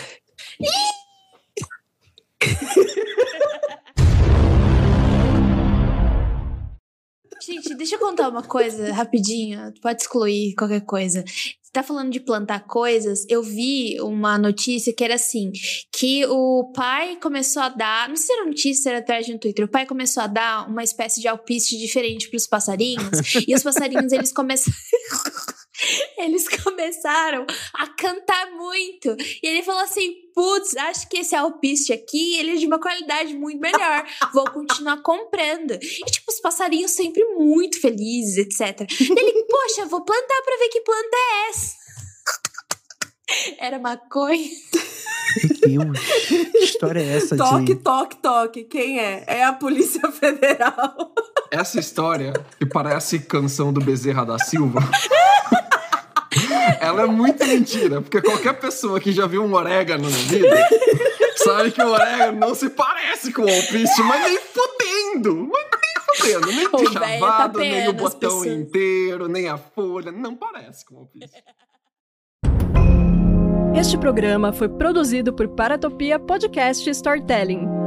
Gente, deixa eu contar uma coisa rapidinho. Pode excluir qualquer coisa. Você tá falando de plantar coisas? Eu vi uma notícia que era assim, que o pai começou a dar, não sei se era notícia, era atrás de um Twitter, o pai começou a dar uma espécie de alpiste diferente pros passarinhos, e os passarinhos, eles começaram a cantar muito. E ele falou assim, putz, acho que esse alpiste aqui, ele é de uma qualidade muito melhor. Vou continuar comprando. E tipo, os passarinhos sempre muito felizes, etc. Ele, poxa, vou plantar pra ver que planta é essa. Era maconha. Meu Deus, que história é essa? Toque. Quem é? É a Polícia Federal. Essa história, que parece canção do Bezerra da Silva... Ela é muito mentira, porque qualquer pessoa que já viu um orégano na vida sabe que o orégano não se parece com o alpiste, mas nem fudendo, nem o chavado, tá nem o botão inteiro, nem a folha, não parece com o alpiste. Este programa foi produzido por Paratopia Podcast Storytelling.